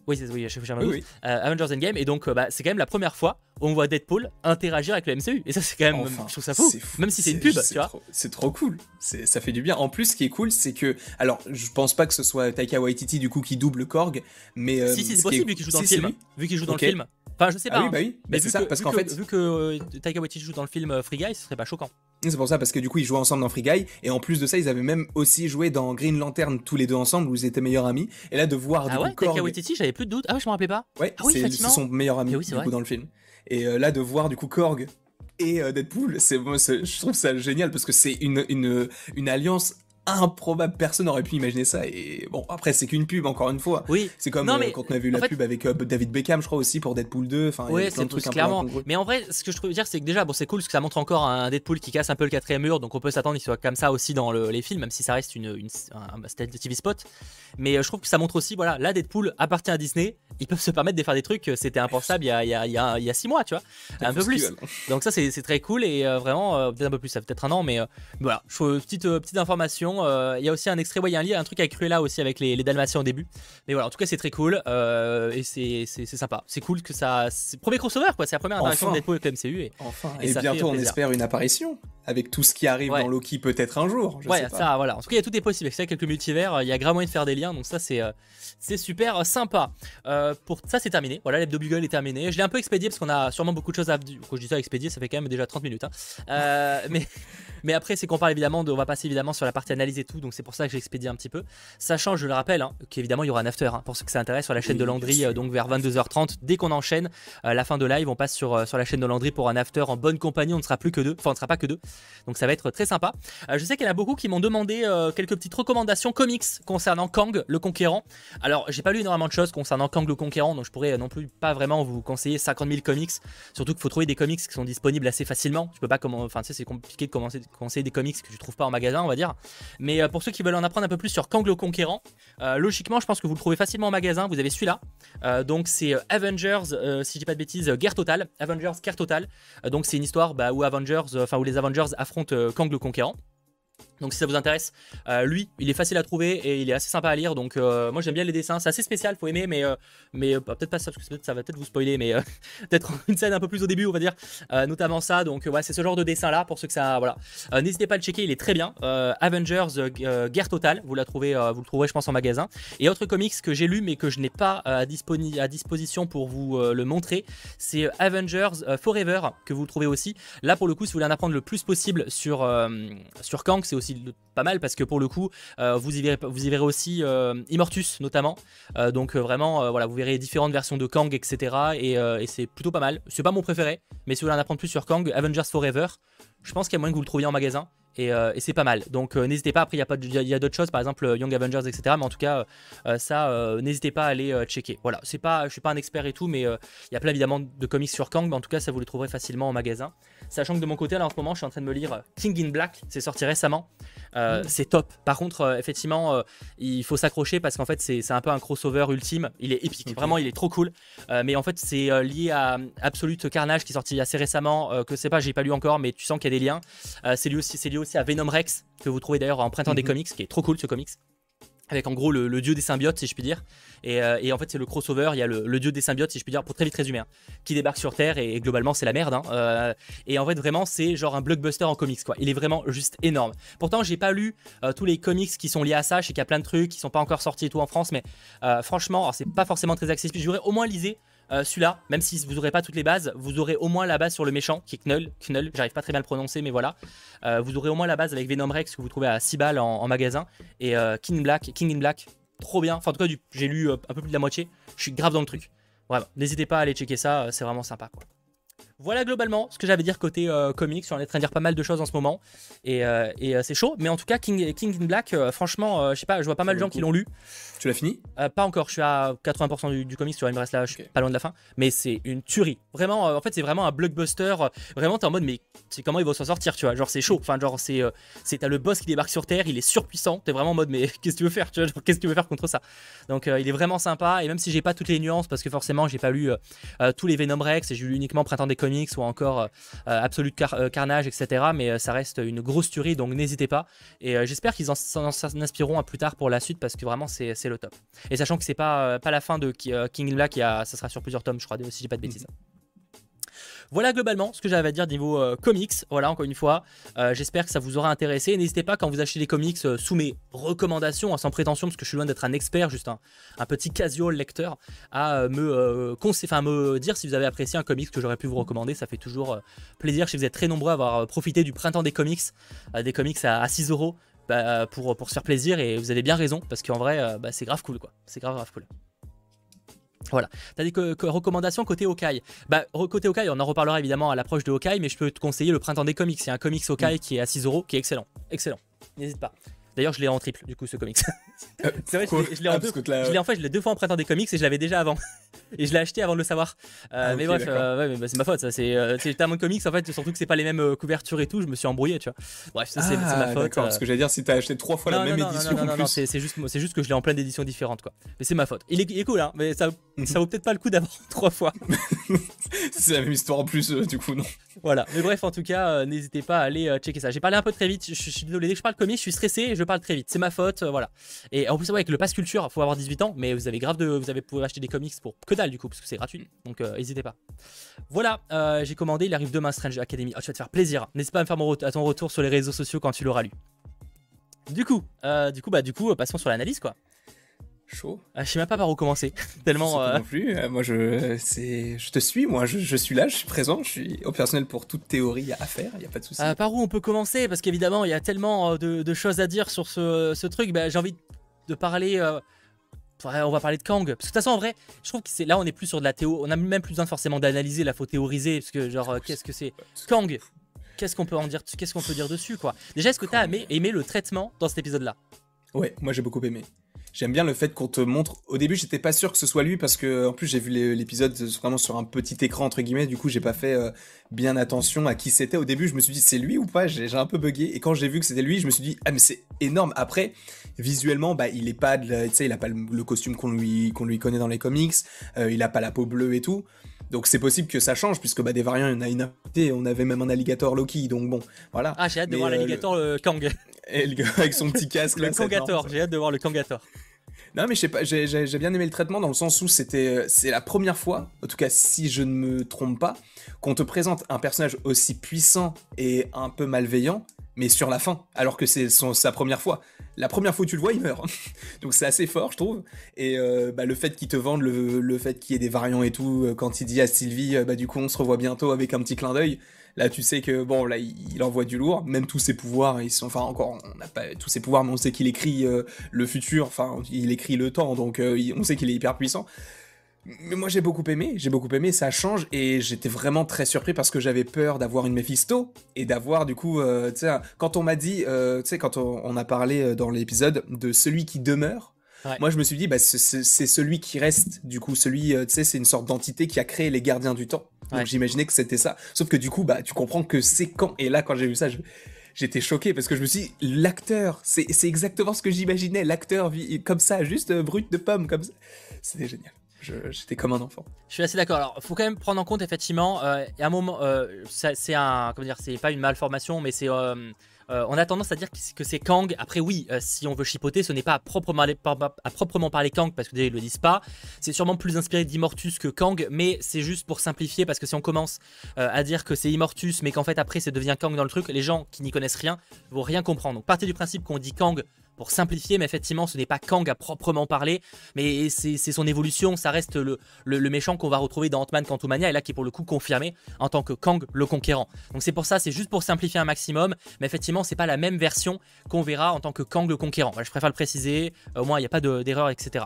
Avengers Endgame. Et donc c'est quand même la première fois où on voit Deadpool interagir avec le MCU. Et ça c'est quand même, je trouve ça fou. Même si c'est une pub, tu vois. C'est trop cool. Ça fait du bien. En plus, ce qui est cool, c'est que, alors je pense pas que ce soit Taika Waititi du coup qui double Korg, mais si c'est possible vu qu'il joue dans le film. Vu qu'il joue dans le film. Enfin, je sais pas. Oui. Mais c'est ça, parce qu'en fait, vu que Taika Waititi joue dans le film Free Guy, ce serait pas choquant. C'est pour ça, parce que du coup, ils jouaient ensemble dans Free Guy, et en plus de ça, ils avaient même aussi joué dans Green Lantern tous les deux ensemble, où ils étaient meilleurs amis. Et là, de voir du coup Korg. Taika Waititi, j'avais plus de doute. Ah ouais, je m'en rappelais pas. Ouais, c'est son meilleur ami du coup dans le film. Et là, de voir du coup Korg et Deadpool, je trouve ça génial parce que c'est une alliance improbable, personne n'aurait pu imaginer ça. Et bon, après c'est qu'une pub, encore une fois. Oui. C'est comme quand on a vu la pub avec David Beckham, je crois aussi, pour Deadpool 2. Enfin, ouais, c'est clairement. Mais en vrai, ce que je trouve dire, c'est que déjà, bon, c'est cool parce que ça montre encore un Deadpool qui casse un peu le 4ème mur, donc on peut s'attendre qu'il soit comme ça aussi dans les films, même si ça reste un TV spot. Mais je trouve que ça montre aussi, voilà, là Deadpool appartient à Disney, ils peuvent se permettre de faire des trucs, c'était impensable il y a 6 mois, tu vois, un peu plus. Donc ça c'est très cool et vraiment peut-être un peu plus, ça fait peut-être un an, mais voilà, petite information. Il y a aussi un extrait, il y a un truc avec Cruella aussi avec les Dalmatiens au début. Mais voilà, en tout cas c'est très cool et c'est sympa. C'est cool que ça. C'est le premier crossover quoi, c'est la première interaction de Deadpool avec le MCU. Et bientôt on espère une apparition. avec tout ce qui arrive dans Loki peut-être un jour. Je sais pas. Ça, voilà. En tout cas, il y a tout est possible. Avec ça, quelques multivers, il y a grave moyen de faire des liens. Donc ça, c'est super sympa. Pour ça, c'est terminé. Voilà, l'hebdo Bugle est terminé. Je l'ai un peu expédié parce qu'on a sûrement beaucoup de choses à. Quand je dis ça, expédié, ça fait quand même déjà 30 minutes. Hein. Mais après, c'est qu'on parle évidemment on va passer évidemment sur la partie analyse et tout. Donc c'est pour ça que j'ai expédié un petit peu. Sachant, je le rappelle, hein, qu'évidemment, il y aura un after. Hein, pour ceux que ça intéresse sur la chaîne de Landry, donc vers 22h30. Dès qu'on enchaîne la fin de live, on passe sur la chaîne de Landry pour un after en bonne compagnie. On ne sera plus que deux. Enfin, on ne sera pas que deux. Donc ça va être très sympa. Je sais qu'il y en a beaucoup qui m'ont demandé quelques petites recommandations comics concernant Kang le Conquérant. Alors j'ai pas lu énormément de choses concernant Kang le Conquérant, donc je pourrais non plus pas vraiment vous conseiller 50 000 comics. Surtout qu'il faut trouver des comics qui sont disponibles assez facilement. Je peux pas enfin tu sais, c'est compliqué de conseiller des comics que tu trouves pas en magasin, on va dire. Mais pour ceux qui veulent en apprendre un peu plus sur Kang le Conquérant, logiquement je pense que vous le trouvez facilement en magasin. Vous avez celui-là, donc c'est Avengers, si je dis pas de bêtises, Guerre Totale, Avengers Guerre Totale. Donc c'est une histoire où où les Avengers affrontent Kang le Conquérant. Donc si ça vous intéresse, lui, il est facile à trouver et il est assez sympa à lire. Donc moi j'aime bien les dessins, c'est assez spécial, faut aimer, mais peut-être pas ça parce que ça va peut-être vous spoiler, mais peut-être une scène un peu plus au début, on va dire, notamment ça. Donc ouais, c'est ce genre de dessin là pour ceux que ça, voilà. N'hésitez pas à le checker, il est très bien. Avengers Guerre Totale, vous le trouverez, je pense en magasin. Et autre comics que j'ai lu mais que je n'ai pas à disposition pour vous le montrer, c'est Avengers Forever que vous trouvez aussi. Là pour le coup, si vous voulez en apprendre le plus possible sur Kang, c'est aussi pas mal parce que pour le coup vous y verrez aussi Immortus notamment, donc vraiment voilà, vous verrez différentes versions de Kang, etc. et c'est plutôt pas mal. C'est pas mon préféré, mais si vous voulez en apprendre plus sur Kang, Avengers Forever, je pense qu'il y a moyen que vous le trouviez en magasin. Et c'est pas mal, donc n'hésitez pas. Après il y a d'autres choses, par exemple Young Avengers, etc. Mais en tout cas n'hésitez pas à aller checker. Voilà, je suis pas un expert et tout, mais il y a plein évidemment de comics sur Kang, mais en tout cas ça vous les trouverez facilement en magasin. Sachant que de mon côté là en ce moment je suis en train de me lire King in Black, c'est sorti récemment. C'est top. Par contre effectivement il faut s'accrocher parce qu'en fait c'est un peu un crossover ultime. Il est épique, vraiment il est trop cool. Mais en fait c'est lié à Absolute Carnage qui est sorti assez récemment, que c'est pas, j'ai pas lu encore, mais tu sens qu'il y a des liens. C'est lié aussi à Venom Rex que vous trouvez d'ailleurs en Printemps des comics, qui est trop cool ce comics. Avec en gros le dieu des symbiotes, si je puis dire. Et en fait c'est le crossover, il y a le dieu des symbiotes, si je puis dire, pour très vite résumer, hein, qui débarque sur Terre et globalement c'est la merde. Hein, et en fait vraiment c'est genre un blockbuster en comics quoi. Il est vraiment juste énorme. Pourtant j'ai pas lu tous les comics qui sont liés à ça, je sais qu'il y a plein de trucs qui sont pas encore sortis et tout en France, mais franchement c'est pas forcément très accessible. Je dirais au moins lisez celui-là, même si vous n'aurez pas toutes les bases, vous aurez au moins la base sur le méchant qui est Knull, j'arrive pas très bien à le prononcer mais voilà. Vous aurez au moins la base avec Venom Rex que vous trouvez à 6 balles en magasin. Et King in Black, trop bien. Enfin en tout cas j'ai lu un peu plus de la moitié, je suis grave dans le truc. Vraiment, n'hésitez pas à aller checker ça, c'est vraiment sympa quoi. Voilà globalement ce que j'avais à dire côté comics. Je suis en train de dire pas mal de choses en ce moment et c'est chaud, mais en tout cas King in Black, franchement je sais pas, je vois pas mal de gens qui l'ont lu. Tu l'as fini? Pas encore, je suis à 80% du comics, tu vois, il me reste là, je suis pas loin de la fin, mais c'est une tuerie. Vraiment, en fait c'est vraiment un blockbuster, vraiment t'es en mode mais c'est comment ils vont s'en sortir, tu vois, genre c'est chaud, enfin genre t'as le boss qui débarque sur Terre, il est surpuissant, t'es vraiment en mode mais qu'est-ce que tu veux faire, tu vois, genre, qu'est-ce que tu veux faire contre ça. Donc il est vraiment sympa, et même si j'ai pas toutes les nuances, parce que forcément j'ai pas lu tous les Venom Rex, et j'ai lu uniquement Printemps des comics ou encore Absolute Carnage, etc. Mais ça reste une grosse tuerie, donc n'hésitez pas. Et j'espère qu'ils s'en inspireront à plus tard pour la suite parce que vraiment c'est le top. Et sachant que c'est pas la fin de King in Black, ça sera sur plusieurs tomes, je crois, si j'ai pas de bêtises. Voilà globalement ce que j'avais à dire niveau comics. Voilà, encore une fois, j'espère que ça vous aura intéressé. N'hésitez pas quand vous achetez des comics sous mes recommandations, sans prétention, parce que je suis loin d'être un expert, juste un petit casual lecteur, à me dire si vous avez apprécié un comics que j'aurais pu vous recommander. Ça fait toujours plaisir. Si vous êtes très nombreux à avoir profité du printemps des comics à 6 € pour se faire plaisir, et vous avez bien raison, parce qu'en vrai, c'est grave cool quoi. C'est grave cool. Voilà, t'as des recommandations côté Hawkeye. Côté Hawkeye, on en reparlera évidemment à l'approche de Hawkeye, mais je peux te conseiller le Printemps des comics. Il y a un comics Hawkeye qui est à 6 €, qui est excellent. Excellent, n'hésite pas. D'ailleurs, je l'ai en triple, du coup, ce comics. C'est vrai, je l'ai 2 fois en Printemps des comics et je l'avais déjà avant. Et je l'ai acheté avant de le savoir. Mais bref, c'est ma faute. Ça, c'est tellement de comics, en fait, surtout que c'est pas les mêmes couvertures et tout. Je me suis embrouillé, tu vois. Bref, ça, c'est ma faute. Parce que j'allais dire, si t'as acheté 3 fois la même édition. Non, c'est juste que je l'ai en plein d'éditions différentes, quoi. Mais c'est ma faute. Il est cool, hein, mais ça vaut peut-être pas le coup d'avoir 3 fois. C'est la même histoire en plus, du coup, non. Voilà, mais bref, en tout cas, n'hésitez pas à aller checker ça. J'ai parlé un peu très vite, je suis désolé, dès que je parle comics, je suis stressé et je parle très vite. C'est ma faute, voilà. Et en plus, avec le pass culture, il faut avoir 18 ans, mais vous pouvez acheter des comics pour que dalle du coup, parce que c'est gratuit, donc n'hésitez pas. Voilà, j'ai commandé, il arrive demain Strange Academy. Oh, tu vas te faire plaisir. N'hésite pas à me faire à ton retour sur les réseaux sociaux quand tu l'auras lu. Du coup, passons sur l'analyse quoi. Chaud. Je sais même pas par où commencer. Tellement. Je sais pas non plus. Moi, je te suis. Moi, je suis là, je suis présent. Je suis opérationnel pour toute théorie à faire. Il y a pas de souci. Par où on peut commencer? Parce qu'évidemment, il y a tellement de choses à dire sur ce truc. J'ai envie de parler. On va parler de Kang. Parce que de toute façon, en vrai, je trouve que là, on est plus sur de la théo. On a même plus besoin forcément d'analyser. Là, faut théoriser. Parce que genre, qu'est-ce que c'est Kang? Qu'est-ce qu'on peut en dire? Qu'est-ce qu'on peut dire dessus quoi? Déjà, est-ce que t'as aimé le traitement dans cet épisode-là? Ouais, moi j'ai beaucoup aimé. J'aime bien le fait qu'on te montre. Au début, j'étais pas sûr que ce soit lui parce que, en plus, j'ai vu l'épisode vraiment sur un petit écran entre guillemets. Du coup, j'ai pas fait bien attention à qui c'était. Au début, je me suis dit c'est lui ou pas. J'ai un peu bugué. Et quand j'ai vu que c'était lui, je me suis dit ah mais c'est énorme. Après, visuellement, il est pas, tu sais, il a pas le costume qu'on lui connaît dans les comics. Il a pas la peau bleue et tout. Donc c'est possible que ça change puisque des variants, il y en a une infinité. On avait même un alligator Loki. Donc bon, voilà. Ah, j'ai hâte de voir l'alligator Kang. Et le gars avec son petit casque le Kangator, j'ai hâte de voir le Kangator. Non mais je sais pas, j'ai bien aimé le traitement dans le sens où c'est la première fois, en tout cas si je ne me trompe pas, qu'on te présente un personnage aussi puissant et un peu malveillant, mais sur la fin, alors que c'est sa première fois. La première fois où tu le vois, il meurt. Donc c'est assez fort, je trouve. Et le fait qu'ils te vendent, le fait qu'il y ait des variants et tout, quand il dit à Sylvie, du coup on se revoit bientôt avec un petit clin d'œil. Là, tu sais que, bon, là, il envoie du lourd. Même tous ses pouvoirs, ils sont... Enfin, encore, on n'a pas tous ses pouvoirs, mais on sait qu'il écrit le futur. Enfin, il écrit le temps, donc on sait qu'il est hyper puissant. Mais moi, j'ai beaucoup aimé, ça change. Et j'étais vraiment très surpris parce que j'avais peur d'avoir une Mephisto. Et d'avoir, du coup, tu sais, quand on m'a dit... tu sais, quand on a parlé dans l'épisode de celui qui demeure, ouais. Moi, je me suis dit, c'est celui qui reste. Du coup, celui, tu sais, c'est une sorte d'entité qui a créé les gardiens du temps. Donc ouais. J'imaginais que c'était ça. Sauf que du coup, tu comprends que c'est quand. Et là, quand j'ai vu ça, j'étais choqué parce que je me suis dit, l'acteur, c'est exactement ce que j'imaginais. L'acteur comme ça, juste brut de pomme, comme ça. C'était génial. J'étais comme un enfant. Je suis assez d'accord. Alors, faut quand même prendre en compte, effectivement, il y a un moment, c'est un, comment dire, c'est pas une malformation, mais c'est... on a tendance à dire que c'est Kang. Après oui, si on veut chipoter, ce n'est pas à proprement parler Kang, parce que déjà ils le disent pas. C'est sûrement plus inspiré d'Immortus que Kang, mais c'est juste pour simplifier, parce que si on commence à dire que c'est Immortus, mais qu'en fait après ça devient Kang dans le truc, les gens qui n'y connaissent rien vont rien comprendre. Donc partez du principe qu'on dit Kang pour simplifier, mais effectivement ce n'est pas Kang à proprement parler, mais c'est son évolution. Ça reste le méchant qu'on va retrouver dans Ant-Man Quantumania, et là qui est pour le coup confirmé en tant que Kang le Conquérant. Donc c'est pour ça, c'est juste pour simplifier un maximum, mais effectivement c'est pas la même version qu'on verra en tant que Kang le Conquérant. Voilà, je préfère le préciser, au moins il n'y a pas d'erreur, etc.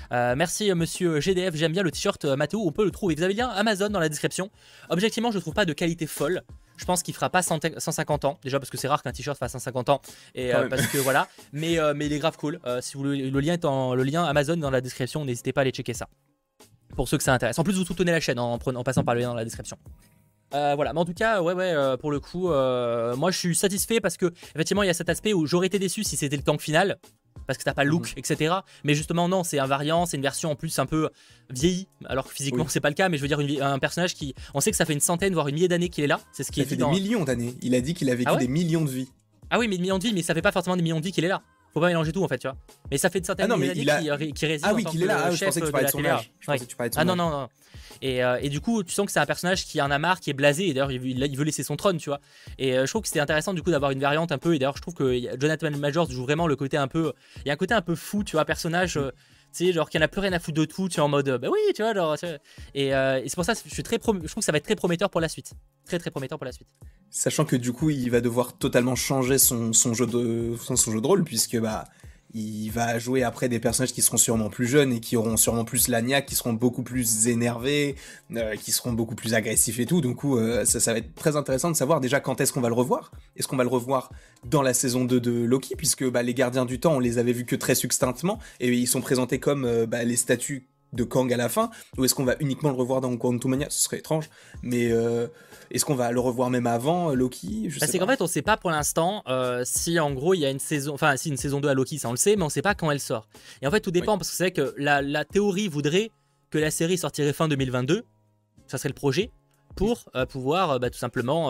Merci monsieur GDF, j'aime bien le t-shirt Mathéo, on peut le trouver. Vous avez le lien Amazon dans la description. Objectivement je ne trouve pas de qualité folle. Je pense qu'il fera pas 150 ans, déjà parce que c'est rare qu'un t-shirt fasse 150 ans, et parce que voilà, mais il est grave cool. Si vous le lien Amazon dans la description, n'hésitez pas à aller checker ça, pour ceux que ça intéresse. En plus vous soutenez la chaîne en passant par le lien dans la description. Voilà, mais en tout cas, pour le coup, moi je suis satisfait parce que effectivement il y a cet aspect où j'aurais été déçu si c'était le Kang final, parce que t'as pas le look, etc. Mais justement non, c'est un variant, c'est une version en plus un peu vieillie, alors que physiquement c'est pas le cas, mais je veux dire un personnage qui, on sait que ça fait une centaine voire une millier d'années qu'il est là, c'est ce qui est fait des millions d'années, il a dit qu'il a vécu des millions de vies. Ah oui, mais des millions de vies, mais ça fait pas forcément des millions de vies qu'il est là. Faut pas mélanger tout en fait, tu vois. Mais ça fait une certaine d'années qui réside en tant que chef de la TVA. Je pensais que tu parlais de son âge. Non. Et du coup, tu sens que c'est un personnage qui en a marre, qui est blasé, et d'ailleurs il veut laisser son trône, tu vois. Et je trouve que c'était intéressant du coup d'avoir une variante un peu, et d'ailleurs je trouve que Jonathan Majors joue vraiment le côté un peu, il y a un côté un peu fou, tu vois, personnage, tu sais, genre qui en a plus rien à foutre de tout, tu vois, en mode, bah oui, tu vois, genre, et c'est pour ça que je trouve que ça va être très prometteur pour la suite. Très prometteur pour la suite. Sachant que du coup, il va devoir totalement changer son jeu de rôle, puisque il va jouer après des personnages qui seront sûrement plus jeunes et qui auront sûrement plus la niaque, qui seront beaucoup plus énervés, qui seront beaucoup plus agressifs et tout. Du coup, ça va être très intéressant de savoir déjà quand est-ce qu'on va le revoir. Est-ce qu'on va le revoir dans la saison 2 de Loki, puisque les gardiens du temps, on les avait vus que très succinctement, et ils sont présentés comme les statues de Kang à la fin, ou est-ce qu'on va uniquement le revoir dans Quantumania? Ce serait étrange, mais est-ce qu'on va le revoir même avant Loki? C'est qu'en fait on sait pas pour l'instant si en gros il y a une saison, enfin si une saison 2 à Loki, ça on le sait, mais on sait pas quand elle sort. Et en fait tout dépend, parce que c'est vrai que la théorie voudrait que la série sortirait fin 2022, ça serait le projet, pour pouvoir tout simplement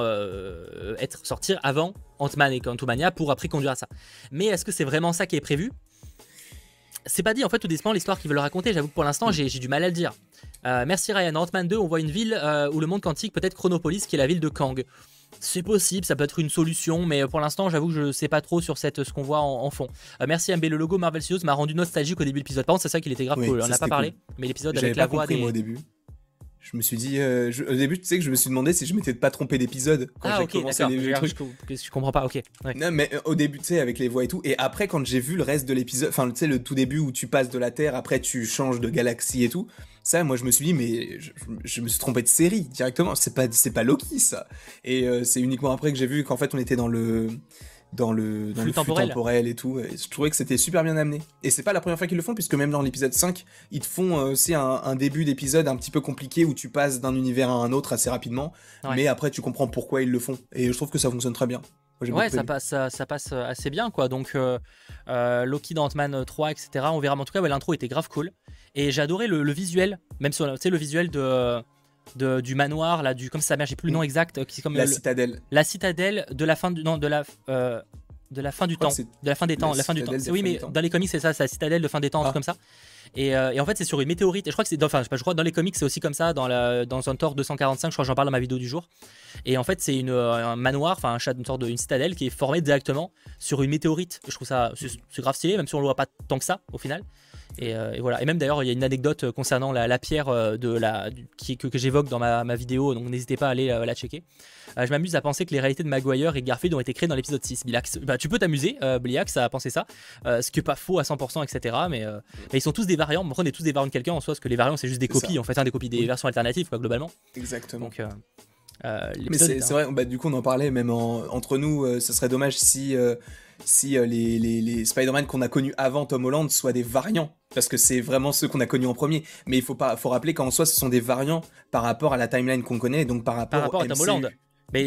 sortir avant Ant-Man et Quantumania, pour après conduire à ça. Mais est-ce que c'est vraiment ça qui est prévu? C'est pas dit, en fait tout dépend de l'histoire qu'ils veulent raconter. J'avoue que pour l'instant j'ai du mal à le dire. Merci Ryan. Dans Ant-Man 2, on voit une ville où le monde quantique peut être Chronopolis, qui est la ville de Kang. C'est possible, ça peut être une solution, mais pour l'instant, j'avoue que je sais pas trop sur ce qu'on voit en fond. Merci MB, le logo Marvel Studios m'a rendu nostalgique au début de l'épisode. Par contre, c'est ça qu'il était grave cool. On n'a pas parlé, mais l'épisode avec la voix des. Moi, au début. Je me suis dit, au début, tu sais que je me suis demandé si je m'étais pas trompé d'épisode quand j'ai commencé les trucs. Je comprends pas, ok. Ouais. Non, mais au début, tu sais, avec les voix et tout, et après, quand j'ai vu le reste de l'épisode, enfin, tu sais, le tout début où tu passes de la Terre, après tu changes de galaxie et tout, ça, moi, je me suis dit, mais je me suis trompé de série directement. C'est pas Loki, ça. Et c'est uniquement après que j'ai vu qu'en fait, on était dans le flux temporel et tout. Et je trouvais que c'était super bien amené. Et c'est pas la première fois qu'ils le font, puisque même dans l'épisode 5, ils te font aussi un début d'épisode un petit peu compliqué où tu passes d'un univers à un autre assez rapidement, mais après tu comprends pourquoi ils le font. Et je trouve que ça fonctionne très bien. Ouais, ça passe assez bien, quoi. Donc Loki dans Ant-Man 3, etc. On verra, mais en tout cas, ouais, l'intro était grave cool. Et j'ai adoré le visuel, même sur le visuel du manoir, là, comme ça, j'ai plus le nom exact, qui est comme la citadelle. La citadelle de la fin du temps, de la fin du temps, de la fin des temps, la fin du temps. Oui, mais dans les comics c'est ça, c'est la citadelle de fin des temps, un truc comme ça. Et en fait c'est sur une météorite. Et je crois que c'est, enfin, je crois que dans les comics c'est aussi comme ça, dans un Thor 245, je crois que j'en parle dans ma vidéo du jour. Et en fait c'est un manoir, enfin une sorte d'une citadelle qui est formée directement sur une météorite. Je trouve ça c'est grave stylé, même si on le voit pas tant que ça au final. Et voilà. Et même d'ailleurs il y a une anecdote concernant la pierre que j'évoque dans ma vidéo, donc n'hésitez pas à aller la checker. Je m'amuse à penser que les réalités de Maguire et Garfield ont été créées dans l'épisode 6. Bliax, tu peux t'amuser, Bliax, à penser ça, ce qui est pas faux à 100%, etc. Mais ils sont tous des variants. On est tous des variants de quelqu'un en soi, parce que les variants c'est juste des copies, en fait, des copies des versions alternatives, quoi, globalement. Exactement. Donc, mais c'est vrai, du coup on en parlait même entre nous, ce serait dommage si les Spider-Man qu'on a connus avant Tom Holland soient des variants, parce que c'est vraiment ceux qu'on a connus en premier. Mais il faut rappeler qu'en soi ce sont des variants par rapport à la timeline qu'on connaît, donc par rapport à Tom Holland. Mais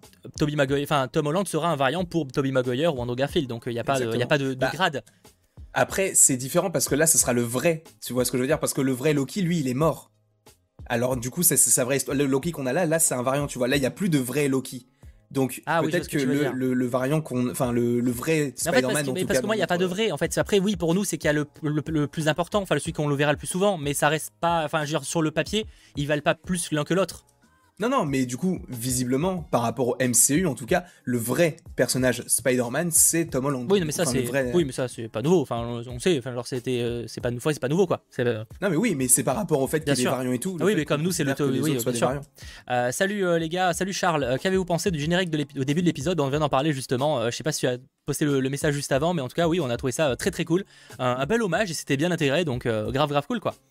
Tom Holland sera un variant pour Tobey Maguire ou Andrew Garfield, donc il n'y a pas de grade. Après c'est différent parce que là ce sera le vrai, tu vois ce que je veux dire, parce que le vrai Loki lui il est mort. Alors du coup c'est sa vraie histoire. Le Loki qu'on a là c'est un variant, tu vois, là il n'y a plus de vrai Loki. Donc peut-être que le variant le vrai Spider-Man en tout cas. Parce que moi il n'y a pas de vrai en fait. Après oui, pour nous c'est qu'il y a le plus important, enfin celui qu'on le verra le plus souvent, mais ça reste pas, enfin je veux dire, sur le papier ils valent pas plus l'un que l'autre. Non, mais du coup, visiblement, par rapport au MCU, en tout cas, le vrai personnage Spider-Man, c'est Tom Holland. Oui, mais ça, c'est pas nouveau. Enfin, on sait. Enfin, genre, c'est pas nouveau, quoi. Non, mais oui, mais c'est par rapport au fait qu'il y ait des variants et tout. Oui, mais comme nous, c'est le oui, bien sûr. Salut les gars, salut Charles. Qu'avez-vous pensé du générique au début de l'épisode? On vient d'en parler justement. Je sais pas si tu as posté le message juste avant, mais en tout cas, oui, on a trouvé ça très très cool. Un bel hommage et c'était bien intégré, donc grave cool, quoi.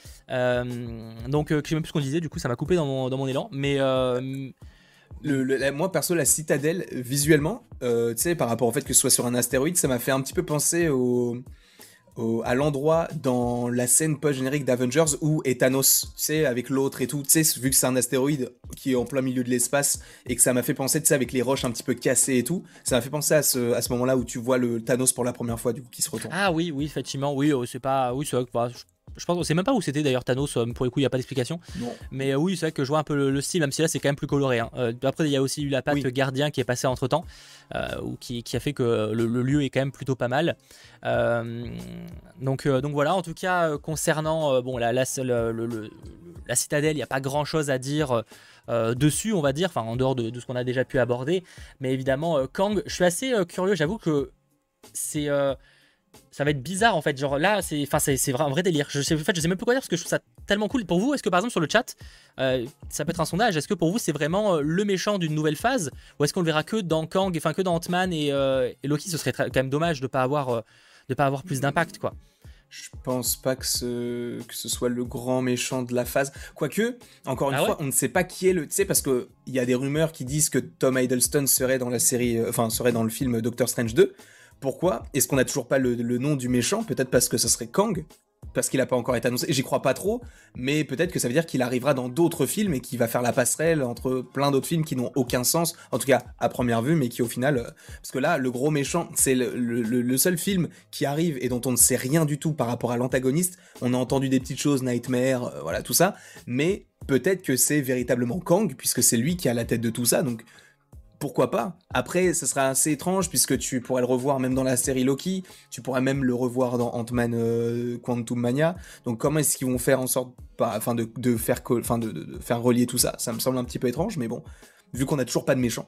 Donc je sais même plus ce qu'on disait, du coup ça m'a coupé dans mon élan, mais moi perso la citadelle visuellement, tu sais, par rapport au fait que ce soit sur un astéroïde, ça m'a fait un petit peu penser à l'endroit dans la scène post-générique d'Avengers où est Thanos, tu sais, avec l'autre et tout, tu sais, vu que c'est un astéroïde qui est en plein milieu de l'espace et que ça m'a fait penser, tu sais, avec les roches un petit peu cassées et tout, ça m'a fait penser à ce moment-là où tu vois le Thanos pour la première fois, du coup, qui se retourne. Ah oui, effectivement, oui, c'est pas, oui, c'est vrai que je pense, on sait même pas où c'était d'ailleurs Thanos, pour le coup il n'y a pas d'explication. Non. Mais oui, c'est vrai que je vois un peu le style, même si là c'est quand même plus coloré. Hein. Après il y a aussi eu la patte gardien qui est passée entre temps, qui a fait que le lieu est quand même plutôt pas mal. Donc voilà, en tout cas concernant la citadelle, il n'y a pas grand chose à dire dessus, on va dire, enfin en dehors de ce qu'on a déjà pu aborder. Mais évidemment, Kang, je suis assez curieux, j'avoue que c'est... ça va être bizarre en fait, genre là c'est un vrai délire. Je sais même plus quoi dire parce que je trouve ça tellement cool. Pour vous, est-ce que par exemple sur le chat, ça peut être un sondage, est-ce que pour vous c'est vraiment le méchant d'une nouvelle phase, ou est-ce qu'on le verra que dans Kang, enfin que dans Ant-Man et Loki? Ce serait quand même dommage de pas avoir plus d'impact, quoi. Je pense pas que ce soit le grand méchant de la phase. Quoique, encore une fois, on ne sait pas qui est le... Tu sais, parce qu'il y a des rumeurs qui disent que Tom Hiddleston serait dans la série... serait dans le film Doctor Strange 2. Pourquoi est-ce qu'on n'a toujours pas le nom du méchant? Peut-être parce que ça serait Kang, parce qu'il n'a pas encore été annoncé. J'y crois pas trop, mais peut-être que ça veut dire qu'il arrivera dans d'autres films et qu'il va faire la passerelle entre plein d'autres films qui n'ont aucun sens, en tout cas à première vue, mais qui au final... Parce que là, le gros méchant, c'est le seul film qui arrive et dont on ne sait rien du tout par rapport à l'antagoniste. On a entendu des petites choses, Nightmare, voilà, tout ça, mais peut-être que c'est véritablement Kang, puisque c'est lui qui a la tête de tout ça, donc... pourquoi pas? Après, ça sera assez étrange puisque tu pourrais le revoir même dans la série Loki, tu pourrais même le revoir dans Ant-Man Quantum Mania. Donc comment est-ce qu'ils vont faire en sorte, enfin de faire, de faire relier tout ça? Ça me semble un petit peu étrange, mais bon, vu qu'on a toujours pas de méchant.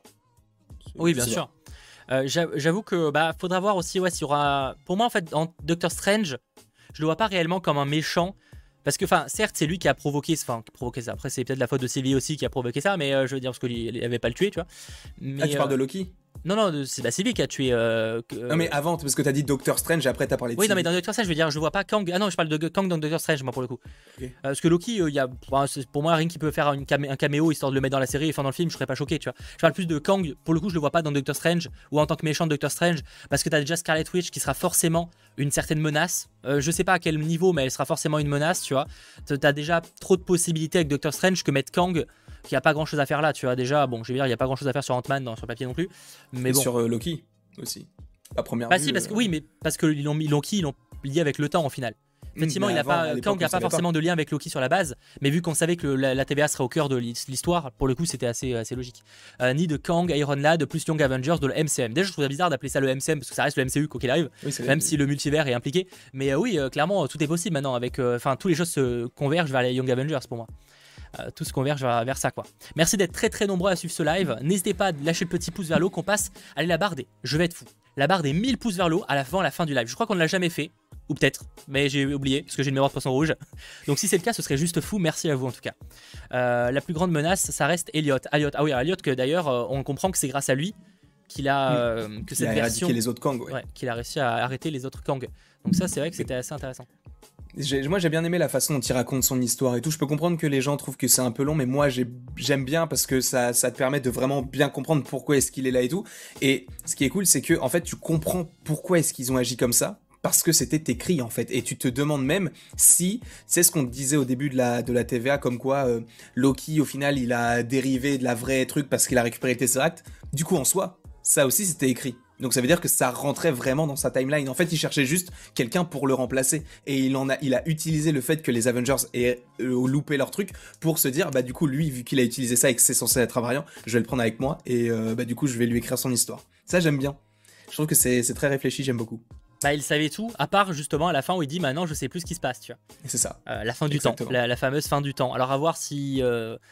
Oui, bien sûr. J'avoue que faudra voir aussi s'il y aura. Pour moi, en fait, dans Doctor Strange, je le vois pas réellement comme un méchant. Parce que, certes, c'est lui qui a provoqué ça. Après, c'est peut-être la faute de Sylvie aussi qui a provoqué ça, mais je veux dire, parce qu'il n'avait pas le tué, tu vois. Mais, tu parles de Loki? Non, c'est Sylvie qui a tué. Non, mais avant, parce que t'as dit Doctor Strange, et après t'as parlé de Oui, Sylvie. non, mais dans Doctor Strange, je veux dire, je vois pas Kang. Ah non, je parle de Kang dans Doctor Strange, moi, pour le coup. Okay. Parce que Loki, pour moi, rien qui peut faire un caméo histoire de le mettre dans la série et faire dans le film, je serais pas choqué, tu vois. Je parle plus de Kang, pour le coup, je le vois pas dans Doctor Strange ou en tant que méchant de Doctor Strange, parce que t'as déjà Scarlet Witch qui sera forcément une certaine menace. Je sais pas à quel niveau, mais elle sera forcément une menace, tu vois. T'as déjà trop de possibilités avec Doctor Strange que mettre Kang, qui a pas grand chose à faire là, tu vois. Déjà, bon, je veux dire, il y a pas grand chose à faire sur Ant-Man, sur papier non plus. Mais et bon. sur Loki aussi. À première vue. Si, parce que ils l'ont lié avec le temps, au final. Effectivement, Kang n'a pas forcément de lien avec Loki sur la base, mais vu qu'on savait que la TVA serait au cœur de l'histoire, pour le coup, c'était assez logique. Ni de Kang, Iron Lad, plus Young Avengers de le MCM. Déjà, je trouve ça bizarre d'appeler ça le MCM parce que ça reste le MCU quoi qu'il arrive, même si le multivers est impliqué. Mais oui, clairement, tout est possible maintenant. Tous les choses se convergent vers les Young Avengers pour moi. Tout se converge vers ça quoi. Merci d'être très très nombreux à suivre ce live. N'hésitez pas à lâcher le petit pouce vers le haut qu'on passe. Allez la barre des, je vais être fou. La barre des 1000 pouces vers le haut avant la fin du live. Je crois qu'on ne l'a jamais fait. Ou peut-être, mais j'ai oublié parce que j'ai une mémoire de poisson rouge. Donc si c'est le cas, ce serait juste fou. Merci à vous en tout cas. La plus grande menace, ça reste Elliot. Elliot que d'ailleurs, on comprend que c'est grâce à lui qu'il a que cette version, éradiqué les autres Kang. Ouais, qu'il a réussi à arrêter les autres Kang. Donc ça, c'est vrai que c'était assez intéressant. Moi j'ai bien aimé la façon dont il raconte son histoire et tout. Je peux comprendre que les gens trouvent que c'est un peu long, mais moi j'aime bien parce que ça te permet de vraiment bien comprendre pourquoi est-ce qu'il est là et tout. Et ce qui est cool, c'est que en fait tu comprends pourquoi est-ce qu'ils ont agi comme ça. Parce que c'était écrit en fait, et tu te demandes même si c'est ce qu'on te disait au début de la TVA, comme quoi Loki au final il a dérivé de la vraie truc parce qu'il a récupéré le Tesseract. Du coup en soi, ça aussi c'était écrit. Donc ça veut dire que ça rentrait vraiment dans sa timeline. En fait, il cherchait juste quelqu'un pour le remplacer. Et il a utilisé le fait que les Avengers aient loupé leur truc pour se dire, du coup, lui, vu qu'il a utilisé ça et que c'est censé être un variant, je vais le prendre avec moi. Et du coup, je vais lui écrire son histoire. Ça, j'aime bien. Je trouve que c'est très réfléchi, j'aime beaucoup. Il savait tout, à part justement à la fin où il dit maintenant je sais plus ce qui se passe, tu vois. C'est ça. La fin du temps, la fameuse fin du temps. Alors à voir s'il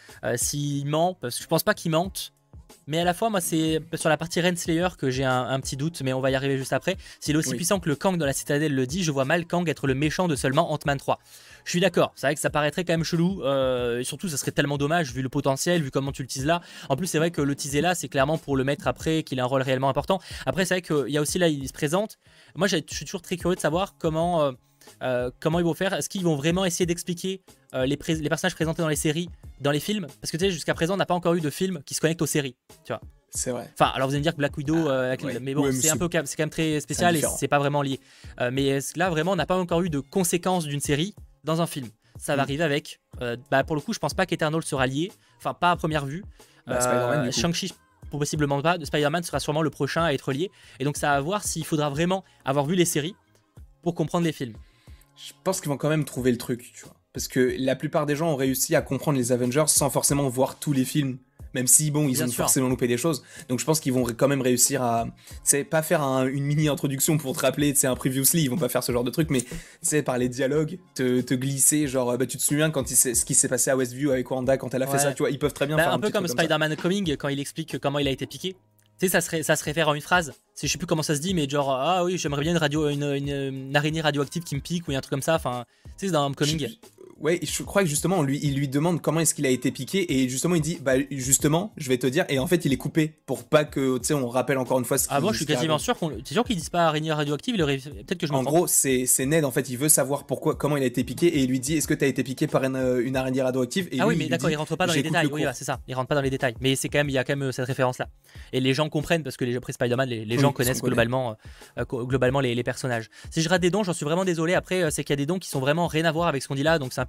ment, parce que je pense pas qu'il mente. Mais à la fois, moi, c'est sur la partie Renslayer que j'ai un petit doute, mais on va y arriver juste après. S'il est aussi puissant que le Kang dans la Citadelle le dit, je vois mal Kang être le méchant de seulement Ant-Man 3. Je suis d'accord, c'est vrai que ça paraîtrait quand même chelou, et surtout ça serait tellement dommage vu le potentiel, vu comment tu le teases là. En plus, c'est vrai que le teaser là, c'est clairement pour le mettre après, qu'il a un rôle réellement important. Après, c'est vrai qu'il y a aussi là, il se présente. Moi, je suis toujours très curieux de savoir comment ils vont faire. Est-ce qu'ils vont vraiment essayer d'expliquer les personnages présentés dans les séries, dans les films? Parce que tu sais, jusqu'à présent, on n'a pas encore eu de film qui se connecte aux séries, tu vois. C'est vrai. Enfin, alors vous allez me dire que Black Widow, mais bon, c'est quand même très spécial et c'est pas vraiment lié. Mais là, vraiment, on n'a pas encore eu de conséquences d'une série dans un film. Ça va arriver avec. Pour le coup, je pense pas qu'Eternal sera lié. Enfin, pas à première vue. Shang-Chi, possiblement pas. Spider-Man sera sûrement le prochain à être lié. Et donc, ça va voir s'il faudra vraiment avoir vu les séries pour comprendre les films. Je pense qu'ils vont quand même trouver le truc, tu vois. Parce que la plupart des gens ont réussi à comprendre les Avengers sans forcément voir tous les films. Même si, bon, ils ont forcément loupé des choses. Donc je pense qu'ils vont quand même réussir à... C'est pas faire une mini-introduction pour te rappeler, c'est un previously, ils vont pas faire ce genre de truc, mais c'est par les dialogues, te glisser, genre, tu te souviens ce qui s'est passé à Westview avec Wanda quand elle a fait ça, tu vois, ils peuvent très bien faire un peu comme Spider-Man Coming, quand il explique comment il a été piqué. Tu sais, ça se réfère à une phrase. Je sais plus comment ça se dit, mais genre, ah oui, j'aimerais bien une araignée radioactive qui me pique, ou un truc comme ça, enfin, tu sais, c'est dans Homecoming. Ouais, je crois que justement, il lui demande comment est-ce qu'il a été piqué, et justement, il dit, justement, je vais te dire, et en fait, il est coupé pour pas que, tu sais, on rappelle encore une fois ce qu'il... moi, je suis quasiment sûr t'es sûr qu'ils disent pas araignée radioactive, peut-être que je m'en En gros, c'est Ned, en fait, il veut savoir comment il a été piqué, et il lui dit, est-ce que t'as été piqué par une araignée radioactive? Et oui, mais d'accord, il rentre pas dans les détails, oui, c'est ça, il rentre pas dans les détails, mais il y a quand même cette référence-là. Et les gens comprennent, parce que après Spider-Man, les gens connaissent globalement les personnages. Si je rate des dons, j'en suis vraiment désolé, après, c'est qu'il y a des dons qui sont vraiment rien à voir avec ce qu'on dit là, donc c'est un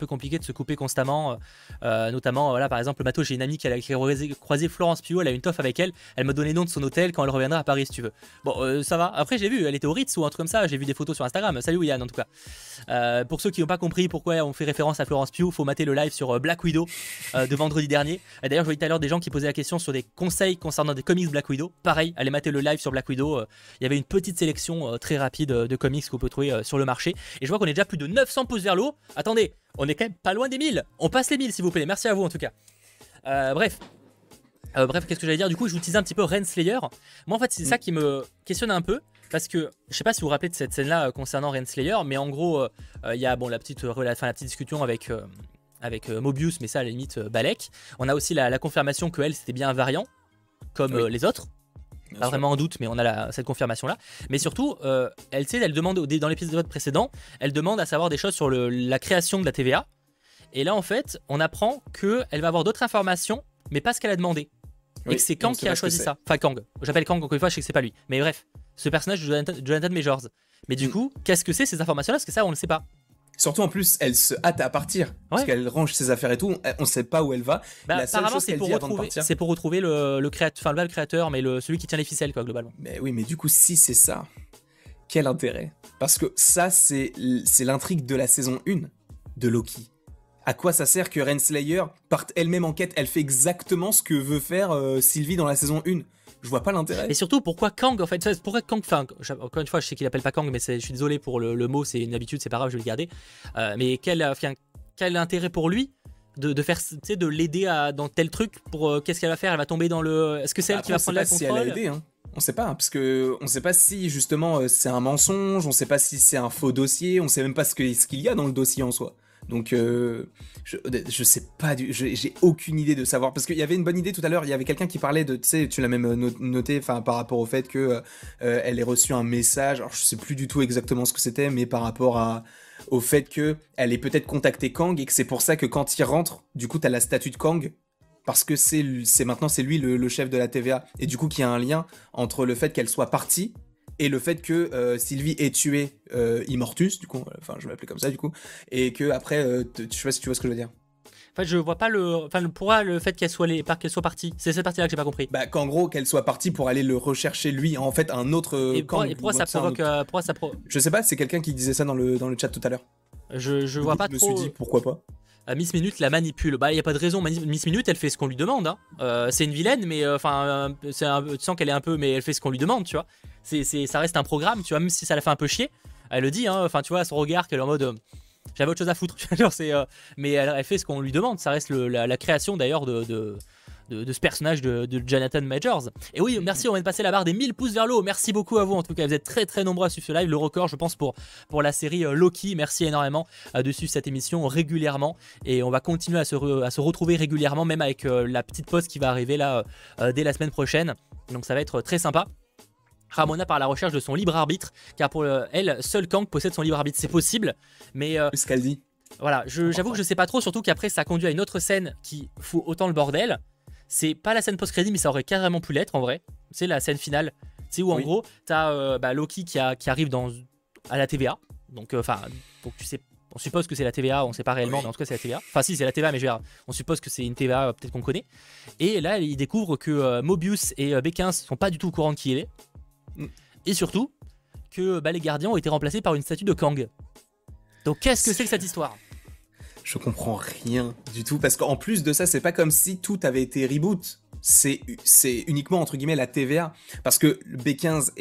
peu compliqué de se couper constamment. Notamment, voilà, par exemple, le matos, j'ai une amie qui a croisé Florence Pugh, elle a une toffe avec elle. Elle m'a donné le nom de son hôtel quand elle reviendra à Paris, si tu veux. Bon, ça va. Après, j'ai vu, elle était au Ritz ou un truc comme ça. J'ai vu des photos sur Instagram. Salut Yann, en tout cas. Pour ceux qui n'ont pas compris pourquoi on fait référence à Florence Pugh, faut mater le live sur Black Widow de vendredi dernier. D'ailleurs, je voyais tout à l'heure des gens qui posaient la question sur des conseils concernant des comics Black Widow. Pareil, allez mater le live sur Black Widow. Il y avait une petite sélection très rapide de comics qu'on peut trouver sur le marché. Et je vois qu'on est déjà plus de 900 pouces vers le haut. Attendez, on est quand même pas loin des 1000. On passe les 1000 s'il vous plaît. Merci à vous en tout cas. Bref, qu'est-ce que j'allais dire? Du coup, je vous disais un petit peu Renslayer. Moi, en fait, c'est ça qui me questionne un peu. Parce que, je sais pas si vous vous rappelez de cette scène-là concernant Renslayer, mais en gros, il y a la petite discussion avec Mobius, mais ça, à la limite, Balek. On a aussi la confirmation que elle, c'était bien un variant, comme les autres. Pas vraiment en doute, mais on a cette confirmation-là. Mais surtout, elle demande, dans l'épisode précédent, elle demande à savoir des choses sur la création de la TVA. Et là, en fait, on apprend qu'elle va avoir d'autres informations, mais pas ce qu'elle a demandé. Et que c'est Kang qui a choisi ça. Enfin, Kang. J'appelle Kang encore une fois, je sais que c'est pas lui. Mais bref, ce personnage de Jonathan Majors. Mais du coup, qu'est-ce que c'est ces informations-là? Parce que ça, on ne le sait pas. Surtout en plus, elle se hâte à partir. Parce qu'elle range ses affaires et tout. On sait pas où elle va. La seule chose qu'elle dit avant de partir, c'est pour retrouver le créateur, mais celui qui tient les ficelles, quoi, globalement. Mais oui, mais du coup, si c'est ça, quel intérêt? Parce que ça, c'est l'intrigue de la saison 1 de Loki. À quoi ça sert que Renslayer parte elle-même en quête? Elle fait exactement ce que veut faire Sylvie dans la saison 1. Je vois pas l'intérêt. Et surtout, pourquoi Kang en fait? Pourquoi Kang? Enfin, encore une fois, je sais qu'il appelle pas Kang, mais je suis désolé pour le mot, c'est une habitude, c'est pas grave, je vais le garder. Mais quel intérêt pour lui de faire, tu sais, de l'aider dans tel truc pour qu'est-ce qu'elle va faire? Elle va tomber dans le. Est-ce que c'est elle qui va prendre la contrôle? Si elle a aidé, hein. On sait pas, parce que on sait pas si justement c'est un mensonge, on sait pas si c'est un faux dossier, on sait même pas ce qu'il y a dans le dossier en soi. Donc je sais pas, j'ai aucune idée de savoir, parce qu'il y avait une bonne idée tout à l'heure, il y avait quelqu'un qui parlait de, tu sais, tu l'as même noté, enfin par rapport au fait que elle ait reçu un message, alors je sais plus du tout exactement ce que c'était, mais par rapport au fait que elle ait peut-être contacté Kang et que c'est pour ça que quand il rentre, du coup t'as la statue de Kang. Parce que maintenant c'est lui le chef de la TVA, et du coup qu'il y a un lien entre le fait qu'elle soit partie et le fait que Sylvie ait tué Immortus, du coup, enfin je vais l'appeler comme ça du coup, et que après, je sais pas si tu vois ce que je veux dire. En fait, je vois pas pourquoi le fait qu'elle soit partie. C'est cette partie-là que j'ai pas compris. Bah qu'en gros qu'elle soit partie pour aller le rechercher lui, en fait un autre. Et pourquoi ça provoque Je sais pas, c'est quelqu'un qui disait ça dans le chat tout à l'heure. Je vois pas trop. Je me suis dit pourquoi pas. Miss Minute la manipule. Bah, y a pas de raison. Miss Minute, elle fait ce qu'on lui demande. Hein. C'est une vilaine, mais tu sens qu'elle est un peu, mais elle fait ce qu'on lui demande, tu vois. Ça reste un programme, tu vois, même si ça la fait un peu chier. Elle le dit, hein. Enfin, tu vois, son regard, qu'elle est en mode, j'avais autre chose à foutre. Mais elle fait ce qu'on lui demande. Ça reste la création d'ailleurs de ce personnage de Jonathan Majors. Et oui, merci, on vient de passer la barre des 1000 pouces vers le haut. Merci beaucoup à vous, en tout cas, vous êtes très très nombreux à suivre ce live. Le record, je pense, pour la série Loki. Merci énormément de suivre cette émission régulièrement. Et on va continuer à se retrouver régulièrement, même avec la petite pause qui va arriver là dès la semaine prochaine. Donc ça va être très sympa. Ramona part à la recherche de son libre arbitre, car pour elle, seul Kang possède son libre arbitre. C'est possible, mais... c'est ce qu'elle dit. Voilà, j'avoue que je sais pas trop, surtout qu'après ça conduit à une autre scène qui fout autant le bordel. C'est pas la scène post-crédit, mais ça aurait carrément pu l'être en vrai. C'est la scène finale. C'est où en gros, t'as Loki qui arrive à la TVA. Donc tu sais, on suppose que c'est la TVA, on sait pas réellement, mais en tout cas c'est la TVA. Enfin si, c'est la TVA, mais on suppose que c'est une TVA peut-être qu'on connaît. Et là, il découvre que Mobius et B15 sont pas du tout au courant de qui il est. Et surtout, que les gardiens ont été remplacés par une statue de Kang. Donc qu'est-ce que c'est que cette histoire ? Je comprends rien du tout, parce qu'en plus de ça, c'est pas comme si tout avait été reboot. C'est uniquement entre guillemets la TVA, parce que B15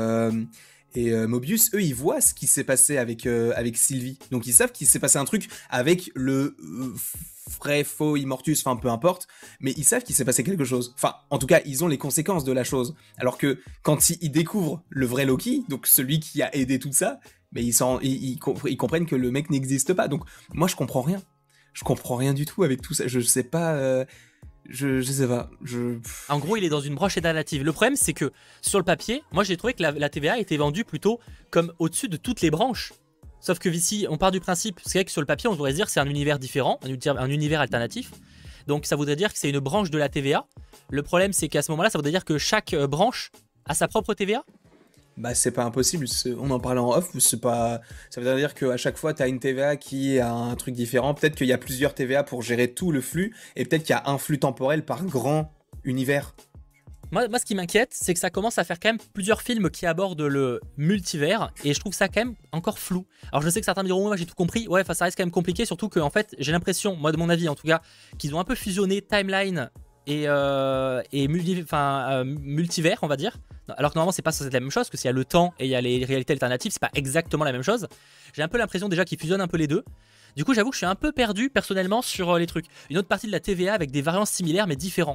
et Mobius, eux, ils voient ce qui s'est passé avec Sylvie. Donc ils savent qu'il s'est passé un truc avec le vrai, faux, Immortus, enfin peu importe, mais ils savent qu'il s'est passé quelque chose. Enfin, en tout cas, ils ont les conséquences de la chose. Alors que quand ils découvrent le vrai Loki, donc celui qui a aidé tout ça, mais ils comprennent que le mec n'existe pas. Donc moi, je comprends rien. Je comprends rien du tout avec tout ça. Je sais pas... Je sais pas. En gros, il est dans une branche alternative. Le problème, c'est que sur le papier, moi j'ai trouvé que la TVA était vendue plutôt comme au-dessus de toutes les branches. Sauf que ici, on part du principe, c'est vrai que sur le papier, on devrait se dire que c'est un univers différent, un univers alternatif. Donc ça voudrait dire que c'est une branche de la TVA. Le problème, c'est qu'à ce moment-là, ça voudrait dire que chaque branche a sa propre TVA. Bah c'est pas impossible, on en parlait en off, c'est pas... Ça veut dire qu'à chaque fois t'as une TVA qui a un truc différent, peut-être qu'il y a plusieurs TVA pour gérer tout le flux, et peut-être qu'il y a un flux temporel par grand univers. Moi, ce qui m'inquiète, c'est que ça commence à faire quand même plusieurs films qui abordent le multivers, et je trouve ça quand même encore flou. Alors je sais que certains me diront, moi j'ai tout compris, ouais, ça reste quand même compliqué, surtout que en fait, j'ai l'impression, moi de mon avis en tout cas, qu'ils ont un peu fusionné timeline et multivers, on va dire. Alors que normalement c'est pas censé être la même chose, parce que s'il y a le temps et il y a les réalités alternatives, c'est pas exactement la même chose. J'ai un peu l'impression déjà qu'ils fusionnent un peu les deux. Du coup j'avoue que je suis un peu perdu personnellement sur les trucs. Une autre partie de la TVA avec des variantes similaires mais différents.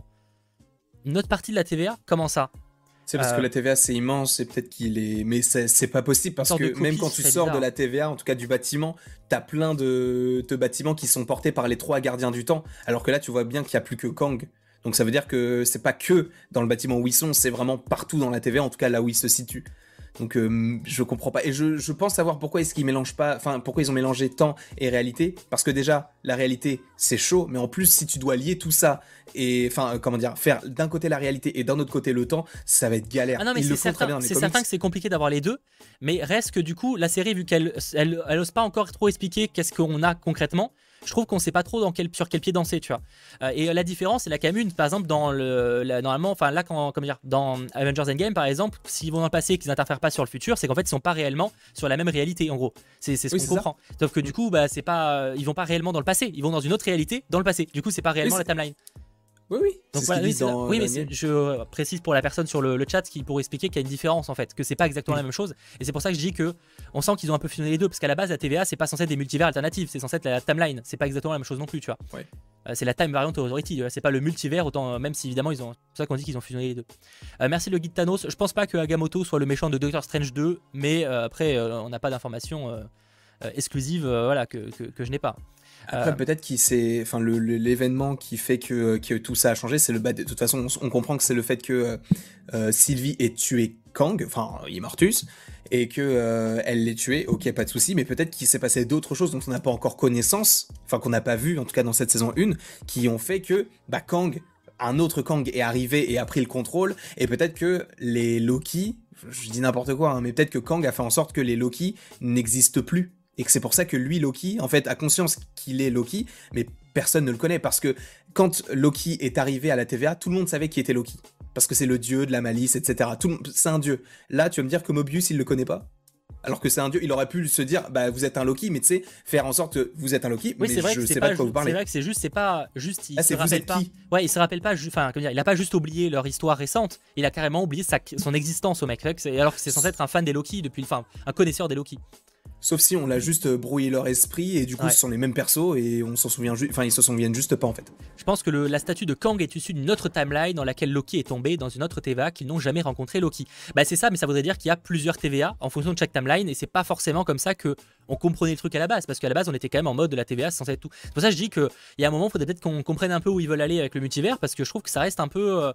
Une autre partie de la TVA, comment ça? C'est parce que la TVA c'est immense et peut-être qu'il est... Mais c'est pas possible parce que copie, même quand tu sors de la TVA, en tout cas du bâtiment, t'as plein de bâtiments qui sont portés par les 3 gardiens du temps, alors que là tu vois bien qu'il n'y a plus que Kang. Donc ça veut dire que c'est pas que dans le bâtiment où ils sont, c'est vraiment partout dans la TVA, en tout cas là où ils se situent. Donc je comprends pas. Et je pense savoir pourquoi est-ce qu'ils mélangent pas, enfin pourquoi ils ont mélangé temps et réalité. Parce que déjà, la réalité, c'est chaud, mais en plus, si tu dois lier tout ça et enfin comment dire, faire d'un côté la réalité et d'un autre côté le temps, ça va être galère. Ah non, mais ils le c'est font très bien dans les comics. certain que c'est compliqué d'avoir les deux, mais reste que du coup, la série, vu qu'elle ose pas encore trop expliquer qu'est-ce qu'on a concrètement, je trouve qu'on sait pas trop sur quel pied danser, tu vois. Et la différence, c'est la quand même une, par exemple, normalement, enfin là, comment dire, dans Avengers Endgame, par exemple, s'ils vont dans le passé et qu'ils n'interfèrent pas sur le futur, c'est qu'en fait, ils sont pas réellement sur la même réalité, en gros. C'est ce qu'on comprend. Sauf que du coup, bah, c'est pas, ils vont pas réellement dans le passé, ils vont dans une autre réalité dans le passé. Du coup, c'est pas réellement la timeline. Oui, oui. Donc voilà, oui, mais je précise pour la personne sur le chat qui pourrait expliquer qu'il y a une différence en fait, que c'est pas exactement la même chose. Et c'est pour ça que je dis que on sent qu'ils ont un peu fusionné les deux, parce qu'à la base la TVA c'est pas censé être des multivers alternatifs, c'est censé être la timeline. C'est pas exactement la même chose non plus, tu vois. Ouais. C'est la Time Variant Authority, c'est pas le multivers autant, même si évidemment c'est pour ça qu'on dit qu'ils ont fusionné les deux. Merci le guide Thanos. Je pense pas que Agamotto soit le méchant de Doctor Strange 2, mais après on n'a pas d'informations exclusives, voilà, que je n'ai pas. Après, peut-être que c'est, enfin, l'événement qui fait que tout ça a changé, c'est de toute façon, on comprend que c'est le fait que Sylvie ait tué Kang, enfin, Immortus, et que elle l'ait tué. Ok, pas de souci, mais peut-être qu'il s'est passé d'autres choses dont on n'a pas encore connaissance, enfin qu'on n'a pas vu, en tout cas dans cette saison 1, qui ont fait que Kang, un autre Kang est arrivé et a pris le contrôle, et peut-être que les Loki, je dis n'importe quoi, hein, mais peut-être que Kang a fait en sorte que les Loki n'existent plus. Et que c'est pour ça que lui, Loki, en fait, a conscience qu'il est Loki, mais personne ne le connaît. Parce que quand Loki est arrivé à la TVA, tout le monde savait qui était Loki. Parce que c'est le dieu de la malice, etc. C'est un dieu. Là, tu vas me dire que Mobius, il le connaît pas? Alors que c'est un dieu, il aurait pu se dire, bah vous êtes un Loki, mais tu sais, faire en sorte que vous êtes un Loki, oui, mais je sais pas de quoi vous parlez. C'est vrai que c'est pas juste, il Là, se rappelle pas. Ouais, il se rappelle pas, enfin, comment dire, il a pas juste oublié leur histoire récente, il a carrément oublié son existence au mec, alors que c'est censé être un fan des Loki depuis, enfin, un connaisseur des Loki. Sauf si on l'a juste brouillé leur esprit et du coup ce sont les mêmes persos et on s'en souvient enfin ils se souviennent juste pas en fait. Je pense que la statue de Kang est issue d'une autre timeline dans laquelle Loki est tombé dans une autre TVA qu'ils n'ont jamais rencontré Loki. Bah c'est ça, mais ça voudrait dire qu'il y a plusieurs TVA en fonction de chaque timeline et c'est pas forcément comme ça que on comprenait le truc à la base, parce qu'à la base on était quand même en mode de la TVA, c'est censé être tout. C'est pour ça que je dis qu'il y a un moment il faudrait peut-être qu'on comprenne un peu où ils veulent aller avec le multivers, parce que je trouve que ça reste un peu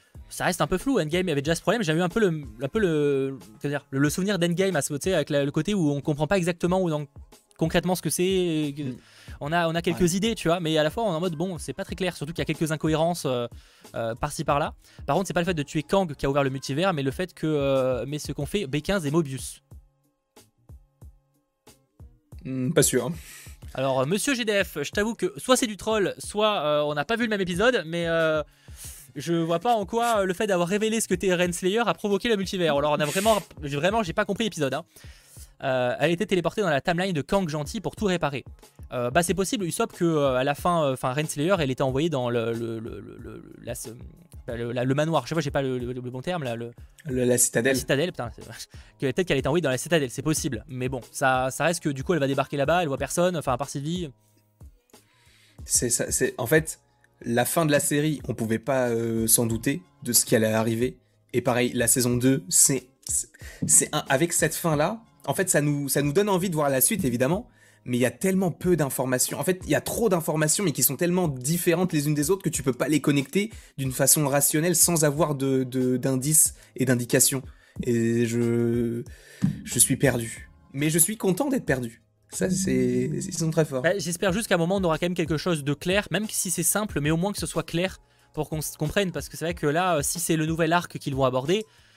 flou. Endgame avait déjà ce problème. J'avais eu un peu le souvenir d'Endgame avec le côté où on comprend pas exactement concrètement ce que c'est. On a quelques idées, tu vois, mais à la fois on est en mode bon, c'est pas très clair. Surtout qu'il y a quelques incohérences par-ci par-là. Par contre, c'est pas le fait de tuer Kang qui a ouvert le multivers, mais le fait que mais ce qu'ont fait B15 et Mobius. Pas sûr. Alors, monsieur GDF, je t'avoue que soit c'est du troll, soit on n'a pas vu le même épisode, mais je vois pas en quoi le fait d'avoir révélé ce que t'es Renslayer a provoqué le multivers. Alors on a vraiment j'ai pas compris l'épisode. Hein. Elle était téléportée dans la timeline de Kang Gentil pour tout réparer. Bah c'est possible, Usopp, que à la fin, Renslayer, elle était envoyée dans le manoir. Je sais pas, j'ai pas le bon terme là. La citadelle. La citadelle, putain. Peut-être qu'elle était envoyée dans la citadelle, c'est possible. Mais bon, ça reste que du coup elle va débarquer là-bas, elle voit personne, enfin à part Sylvie. C'est ça, en fait. La fin de la série, on pouvait pas s'en douter de ce qui allait arriver. Et pareil, la saison 2, avec cette fin-là, en fait, ça nous donne envie de voir la suite, évidemment, mais il y a tellement peu d'informations. En fait, il y a trop d'informations, mais qui sont tellement différentes les unes des autres que tu peux pas les connecter d'une façon rationnelle sans avoir d'indices et d'indications. Et je suis perdu. Mais je suis content d'être perdu. Ça, ils sont très forts. Bah, j'espère juste qu'à un moment on aura quand même quelque chose de clair, même si c'est simple, mais au moins que ce soit clair pour qu'on se comprenne, parce que c'est vrai que là, si c'est le nouvel arc qu'ils vont aborder,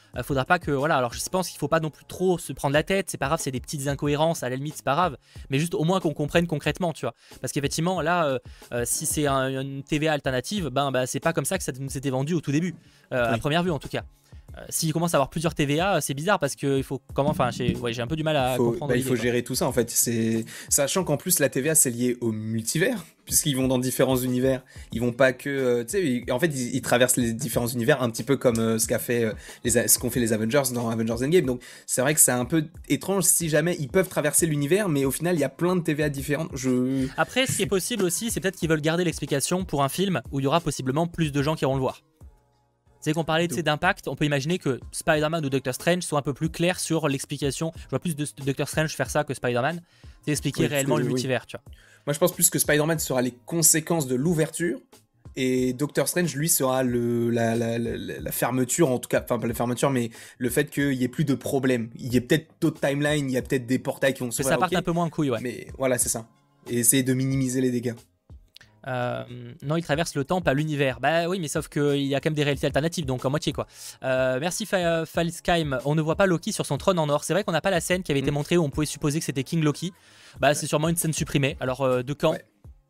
Faudra pas que voilà. Alors je pense qu'il faut pas non plus trop se prendre la tête. C'est pas grave, c'est des petites incohérences à la limite, c'est pas grave. Mais juste au moins qu'on comprenne concrètement, tu vois. Parce qu'effectivement là, si c'est une TVA alternative, bah, c'est pas comme ça que ça nous était vendu au tout début, à première vue en tout cas. S'il commence à avoir plusieurs TVA, c'est bizarre parce que il faut comment. Enfin, j'ai un peu du mal à comprendre. Il faut gérer tout ça en fait. Sachant qu'en plus la TVA c'est lié au multivers, puisqu'ils vont dans différents univers. Ils vont pas que, tu sais, en fait ils traversent les différents univers un petit peu comme ce qu'ont fait les Avengers dans Avengers Endgame. Donc c'est vrai que c'est un peu étrange si jamais ils peuvent traverser l'univers, mais au final il y a plein de TVA différentes. Après, ce qui est possible aussi, c'est peut-être qu'ils veulent garder l'explication pour un film où il y aura possiblement plus de gens qui iront le voir. C'est qu'on parlait d'impact, on peut imaginer que Spider-Man ou Doctor Strange soient un peu plus clairs sur l'explication. Je vois plus de Doctor Strange faire ça que Spider-Man, c'est expliquer réellement le multivers, tu vois. Moi je pense plus que Spider-Man sera les conséquences de l'ouverture et Doctor Strange lui sera la fermeture, en tout cas, enfin pas la fermeture mais le fait qu'il y ait plus de problèmes. Il y ait peut-être d'autres timelines, il y a peut-être des portails qui vont se ça parte un peu moins en couille, ouais. Mais voilà, c'est ça. Et essayer de minimiser les dégâts. Non, il traverse le temps, pas l'univers. Bah oui, mais sauf qu'il y a quand même des réalités alternatives, donc en moitié quoi. Merci Falskeim. On ne voit pas Loki sur son trône en or. C'est vrai qu'on n'a pas la scène qui avait été montrée où on pouvait supposer que c'était King Loki. Bah c'est sûrement une scène supprimée. Alors de quand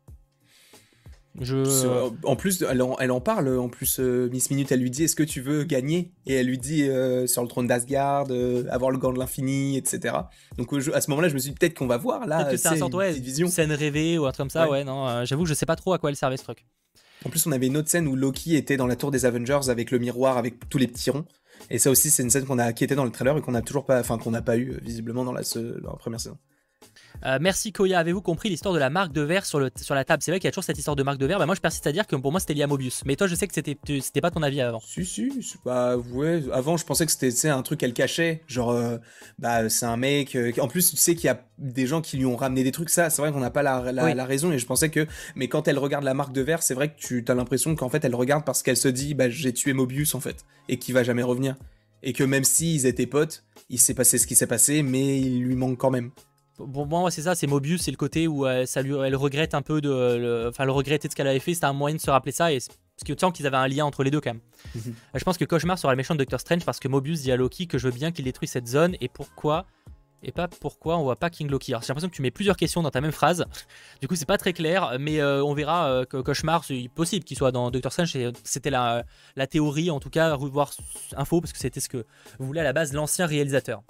En plus, elle en parle. En plus, Miss Minute, elle lui dit: est-ce que tu veux gagner? Et elle lui dit sur le trône d'Asgard, avoir le gant de l'infini, etc. Donc à ce moment-là, je me suis dit peut-être qu'on va voir là. Peut-être que c'est un sorte de scène rêvée ou un truc comme ça. Ouais, non, j'avoue que je sais pas trop à quoi elle servait ce truc. En plus, on avait une autre scène où Loki était dans la tour des Avengers avec le miroir, avec tous les petits ronds. Et ça aussi, c'est une scène qui était dans le trailer et qu'on n'a pas eu visiblement dans la première saison. Merci Koya, avez-vous compris l'histoire de la marque de verre sur la table? C'est vrai qu'il y a toujours cette histoire de marque de verre. Bah moi je persiste à dire que pour moi c'était lié à Mobius. Mais toi je sais que c'était pas ton avis avant. Si, ouais. Avant je pensais que c'était un truc qu'elle cachait. Genre, c'est un mec. En plus tu sais qu'il y a des gens qui lui ont ramené des trucs. Ça, c'est vrai qu'on n'a pas la raison. Et je pensais que. Mais quand elle regarde la marque de verre, c'est vrai que tu as l'impression qu'en fait elle regarde parce qu'elle se dit j'ai tué Mobius en fait. Et qu'il va jamais revenir. Et que même s'ils étaient potes, il s'est passé ce qui s'est passé, mais il lui manque quand même. Bon, moi c'est ça, c'est Mobius, c'est le côté où elle regrette un peu le regretter de ce qu'elle avait fait. C'était un moyen de se rappeler ça, et parce que tu sens qu'ils avaient un lien entre les deux quand même. Je pense que Cauchemar sera le méchant de Doctor Strange parce que Mobius dit à Loki que je veux bien qu'il détruise cette zone, et pourquoi on voit pas King Loki. Alors j'ai l'impression que tu mets plusieurs questions dans ta même phrase, du coup c'est pas très clair, mais on verra que Cauchemar, c'est possible qu'il soit dans Doctor Strange. C'était la théorie, en tout cas, revoir info, parce que c'était ce que voulait à la base l'ancien réalisateur.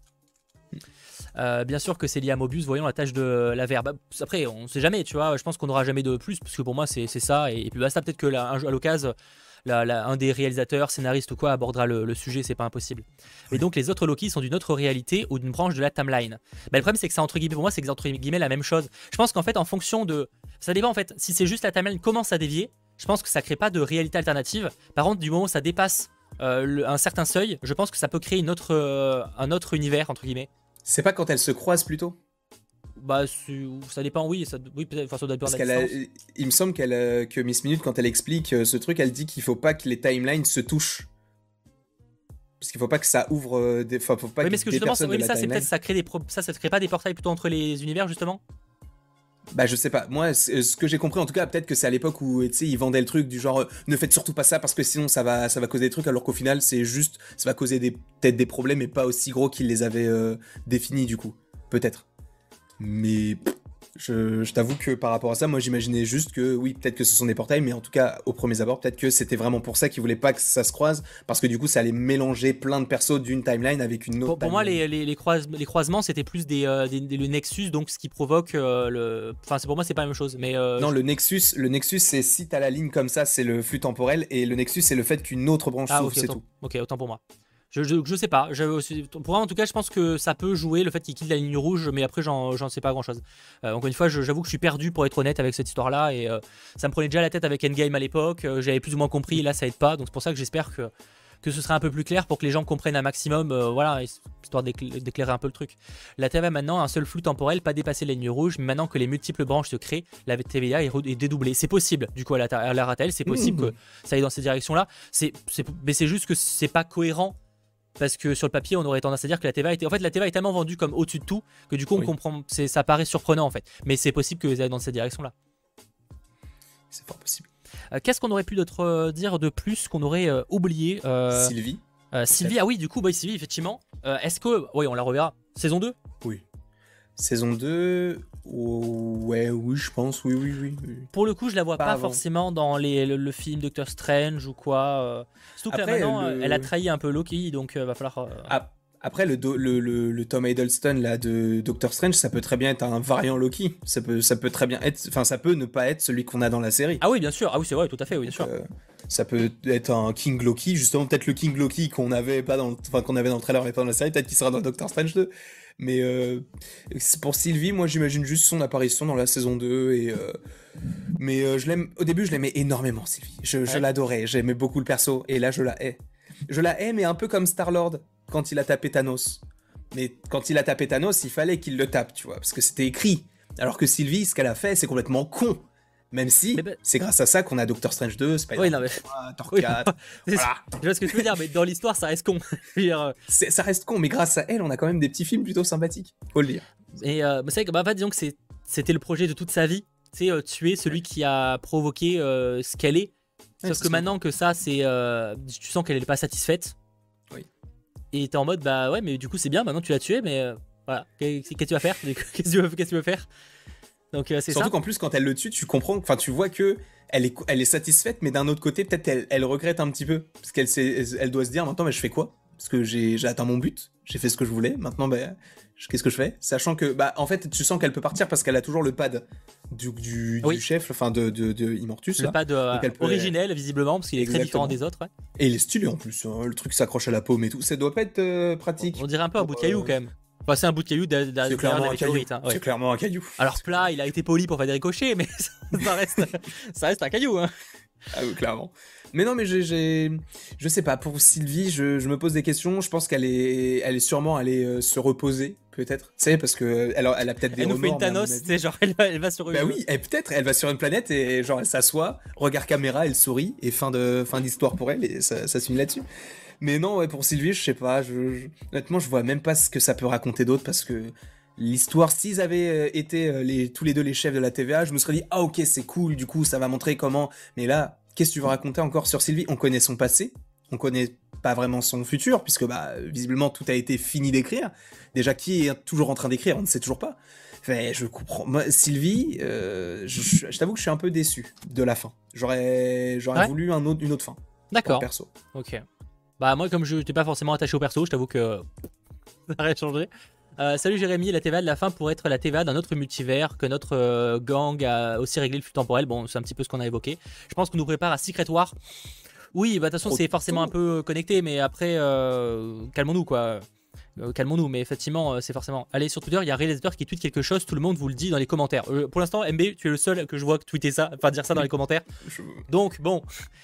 Bien sûr que c'est lié à Mobius, voyons la tâche de la verre. Après, on sait jamais, tu vois. Je pense qu'on n'aura jamais de plus, parce que pour moi, c'est ça. Et puis basta, peut-être que à l'occasion, un des réalisateurs, scénaristes ou quoi abordera le sujet, c'est pas impossible. Et donc, les autres Loki sont d'une autre réalité ou d'une branche de la timeline. Le problème, c'est que ça, entre guillemets, pour moi, c'est entre guillemets la même chose. Je pense qu'en fait, en fonction de. Ça dépend en fait. Si c'est juste la timeline commence à dévier, je pense que ça crée pas de réalité alternative. Par contre, du moment où ça dépasse un certain seuil, je pense que ça peut créer un autre univers, entre guillemets. C'est pas quand elles se croisent plutôt? Ça dépend, oui, peut-être, ça dépend de la distance. Il me semble que Miss Minute, quand elle explique ce truc, elle dit qu'il faut pas que les timelines se touchent. Parce qu'il faut pas que ça ouvre faut pas mais ce que justement, c'est peut-être ça crée pas des portails plutôt entre les univers, justement. Je sais pas. Moi, ce que j'ai compris, en tout cas, peut-être que c'est à l'époque où, tu sais, ils vendaient le truc du genre ne faites surtout pas ça parce que sinon ça va causer des trucs, alors qu'au final, c'est juste, ça va causer peut-être des problèmes, mais pas aussi gros qu'ils les avaient définis, du coup. Peut-être. Mais je t'avoue que par rapport à ça, moi j'imaginais juste que oui, peut-être que ce sont des portails, mais en tout cas, au premier abord, peut-être que c'était vraiment pour ça qu'ils voulaient pas que ça se croise, parce que du coup, ça allait mélanger plein de persos d'une timeline avec une autre. Pour moi, les croisements, c'était plus le Nexus, donc ce qui provoque Enfin, pour moi, c'est pas la même chose. Mais non, le Nexus, c'est si t'as la ligne comme ça, c'est le flux temporel, et le Nexus, c'est le fait qu'une autre branche s'ouvre, c'est tout. Ok, autant pour moi. Je sais pas. Pour moi, en tout cas, je pense que ça peut jouer le fait qu'il quitte la ligne rouge, mais après, j'en sais pas grand chose. Encore une fois, j'avoue que je suis perdu pour être honnête avec cette histoire-là, et ça me prenait déjà la tête avec Endgame à l'époque. J'avais plus ou moins compris, et là, ça aide pas. Donc, c'est pour ça que j'espère que ce sera un peu plus clair pour que les gens comprennent un maximum, voilà, histoire d'éclairer un peu le truc. La TVA maintenant a un seul flux temporel, pas dépasser la ligne rouge, mais maintenant que les multiples branches se créent, la TVA est dédoublée. C'est possible, du coup, à la Ratel, c'est possible que ça aille dans ces directions-là. Mais c'est juste que c'est pas cohérent. Parce que sur le papier, on aurait tendance à dire que la TVA était. En fait, la TVA est tellement vendue comme au-dessus de tout que du coup, on comprend. Ça paraît surprenant en fait. Mais c'est possible que vous allez dans cette direction-là. C'est fort possible. Qu'est-ce qu'on aurait pu dire de plus qu'on aurait oublié? Sylvie. Sylvie, ah oui, du coup, bah, Sylvie, effectivement. Est-ce que. Oui, on la reverra. Saison 2. Oui. Saison 2, ouais, oui, je pense, oui. Pour le coup, je la vois Pas pas avant. forcément dans le film Doctor Strange ou quoi. Surtout que là Après, maintenant, elle a trahi un peu Loki, donc va falloir. Après le Tom Hiddleston là de Doctor Strange, ça peut très bien être un variant Loki. Ça peut très bien être, enfin, ça peut ne pas être celui qu'on a dans la série. Ah oui, bien sûr. Ah oui, c'est vrai, tout à fait, oui, bien Donc, sûr. ça peut être un King Loki, justement, peut-être le King Loki qu'on avait pas dans, enfin, qu'on avait dans le trailer mais pas dans la série, peut-être qu'il sera dans Doctor Strange 2. Mais pour Sylvie, moi j'imagine juste son apparition dans la saison 2 et mais je l'aime. Au début, je l'aimais énormément, Sylvie. Je Ouais. l'adorais. J'aimais beaucoup le perso. Et là, je la hais. Je la hais, mais un peu comme Star-Lord quand il a tapé Thanos. Mais quand il a tapé Thanos, il fallait qu'il le tape, tu vois, parce que c'était écrit. Alors que Sylvie, ce qu'elle a fait, c'est complètement con. Même Mais si bah, c'est grâce à ça qu'on a Doctor Strange 2, oui, Spider-Man non, mais. 3, Thor Oui, 4. Voilà. je vois ce que tu veux dire, mais dans l'histoire, ça reste con. Je veux dire, Ça reste con, mais grâce à elle, on a quand même des petits films plutôt sympathiques. Faut le dire. et c'est vrai que, bah, en fait, disons que c'était le projet de toute sa vie. C'est tuer celui qui a provoqué ce qu'elle est. Ouais, Sauf c'est que ça. maintenant que ça, c'est. Tu sens qu'elle n'est pas satisfaite. Oui. Et t'es en mode, bah ouais, mais du coup, c'est bien, maintenant tu l'as tué, mais voilà. Qu'est-ce que tu vas faire? Qu'est-ce que tu veux faire? Donc, c'est ça. Surtout qu'en plus, quand elle le tue, tu comprends, enfin, tu vois que elle est satisfaite, mais d'un autre côté, peut-être elle regrette un petit peu. Parce elle doit se dire maintenant, mais je fais quoi? Parce que j'ai atteint mon but, j'ai fait ce que je voulais, maintenant, ben, qu'est-ce que je fais? Sachant que, bah, en fait, tu sens qu'elle peut partir parce qu'elle a toujours le pad du Oui. chef, enfin, de Immortus, Le là. pad Donc elle peut. originel, visiblement, parce qu'il est très différent Exactement. des autres. Ouais. Et il est stylé en plus, hein, le truc s'accroche à la paume et tout. Ça doit pas être pratique. On dirait un peu un bout de pour, caillou quand même. Enfin, c'est un bout de caillou C'est derrière clairement la un caillou. météorite. Hein, ouais. C'est clairement un caillou. Alors plat, il a été poli pour faire des ricochets, mais ça reste un caillou. Hein. Ah oui, clairement. Mais non, mais je sais pas, pour Sylvie, je me pose des questions. Je pense elle est sûrement allée se reposer, peut-être. Tu sais, parce que elle a peut-être des Elle nous fait une remords, mais à mon Thanos, avis- tu sais, genre elle va sur Bah oui, et peut-être, elle va sur une planète et genre elle s'assoit, regard caméra, elle sourit, et fin d'histoire pour elle, et ça se finit là-dessus. Mais non, ouais, pour Sylvie, je sais pas, honnêtement, je vois même pas ce que ça peut raconter d'autre, parce que l'histoire, s'ils avaient été tous les deux les chefs de la TVA, je me serais dit, ah ok, c'est cool, du coup, ça va montrer comment. Mais là, qu'est-ce que tu veux raconter encore sur Sylvie? On connaît son passé, on connaît pas vraiment son futur, puisque bah, visiblement tout a été fini d'écrire. Déjà, qui est toujours en train d'écrire, on ne sait toujours pas. Enfin, je comprends. Moi, Sylvie, je t'avoue que je suis un peu déçu de la fin. J'aurais Ouais. voulu une autre fin. Pour le D'accord. perso. Ok. Bah moi comme je n'étais pas forcément attaché au perso, je t'avoue que ça aurait changé. Salut Jérémy, la TVA de la fin pourrait être la TVA d'un autre multivers que notre gang a aussi réglé le flux temporel. Bon, c'est un petit peu ce qu'on a évoqué. Je pense qu'on nous prépare à Secret War. Oui, bah de toute façon Trop c'est forcément un tôt. peu connecté, mais après calmons-nous quoi. Calmons-nous, mais effectivement c'est forcément. Allez sur Twitter, il y a un réalisateur qui tweet quelque chose, tout le monde vous le dit dans les commentaires. Pour l'instant, MB, tu es le seul que je vois tweeter ça, enfin dire ça dans les commentaires. Je- Donc bon,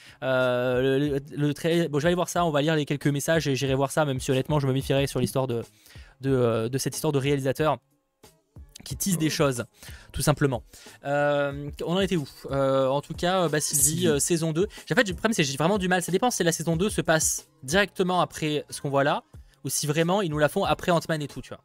bon, je vais aller voir ça, on va lire les quelques messages et j'irai voir ça, même si honnêtement je me méfierais sur l'histoire de cette histoire de réalisateur qui tease des choses, tout simplement. On en était où En tout cas, bah, Sylvie, saison 2. En fait, le problème c'est que j'ai vraiment du mal, ça dépend si la saison 2 se passe directement après ce qu'on voit là, ou si vraiment ils nous la font après Ant-Man et tout, tu vois.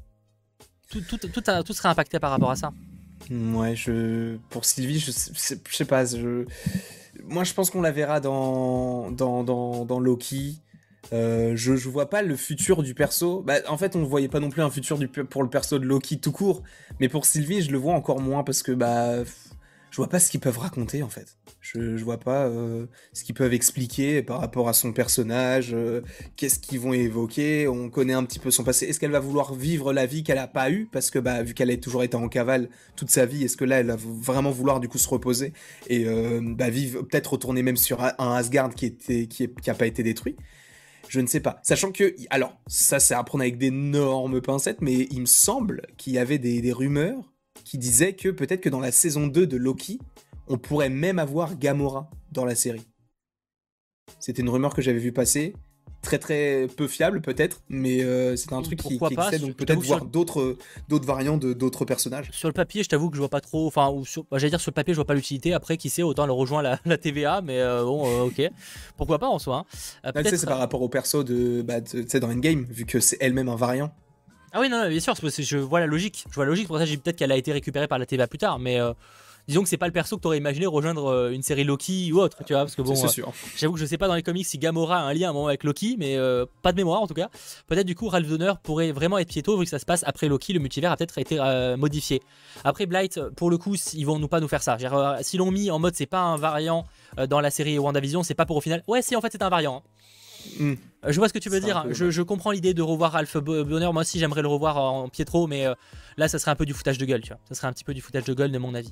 Tout sera impacté par rapport à ça. Ouais, pour Sylvie, je sais pas. Moi, je pense qu'on la verra dans Loki. Je vois pas le futur du perso. Bah, en fait, on ne voyait pas non plus un futur pour le perso de Loki tout court. Mais pour Sylvie, je le vois encore moins parce que bah, je vois pas ce qu'ils peuvent raconter en fait. Je vois pas ce qu'ils peuvent expliquer par rapport à son personnage. Qu'est-ce qu'ils vont évoquer? On connaît un petit peu son passé. Est-ce qu'elle va vouloir vivre la vie qu'elle a pas eue? Parce que bah, vu qu'elle a toujours été en cavale toute sa vie, est-ce que là, elle va vraiment vouloir du coup se reposer et bah, vivre, peut-être retourner même sur un Asgard qui a pas été détruit? Je ne sais pas. Sachant que, alors, ça c'est à prendre avec d'énormes pincettes, mais il me semble qu'il y avait des rumeurs qui disaient que peut-être que dans la saison 2 de Loki, on pourrait même avoir Gamora dans la série. C'était une rumeur que j'avais vue passer. Très très peu fiable peut-être, mais c'est un truc qui Pourquoi pas, existait, donc je peut-être t'avoue voir sur- d'autres variants d'autres personnages. Sur le papier, je t'avoue que je vois pas trop. Enfin, j'allais dire sur le papier, je vois pas l'utilité. Après, qui sait, autant elle rejoint la TVA, mais bon, ok. Pourquoi pas en soi. Hein. Là, tu sais, Peut-être. c'est par rapport au perso tu sais, dans Endgame, vu que c'est elle-même un variant. Ah oui, non, non, bien sûr, je vois la logique. Je vois la logique, pour ça, j'ai dit peut-être qu'elle a été récupérée par la TVA plus tard, mais disons que c'est pas le perso que t'aurais imaginé rejoindre une série Loki ou autre, tu vois, parce que bon, C'est sûr. j'avoue que je sais pas dans les comics si Gamora a un lien à un moment avec Loki, mais pas de mémoire en tout cas. Peut-être du coup Ralph Donner pourrait vraiment être Pietro vu que ça se passe après Loki, le multivers a peut-être été modifié. Après Blight, pour le coup, ils vont pas nous faire ça. Si l'ont mis en mode c'est pas un variant dans la série WandaVision, c'est pas pour au final. Ouais, si en fait c'est un variant. Je vois ce que tu veux dire, hein. Je comprends l'idée de revoir Ralph Bonner, moi aussi j'aimerais le revoir en Pietro, mais là ça serait un peu du foutage de gueule, tu vois. Ça serait un petit peu du foutage de gueule de mon avis.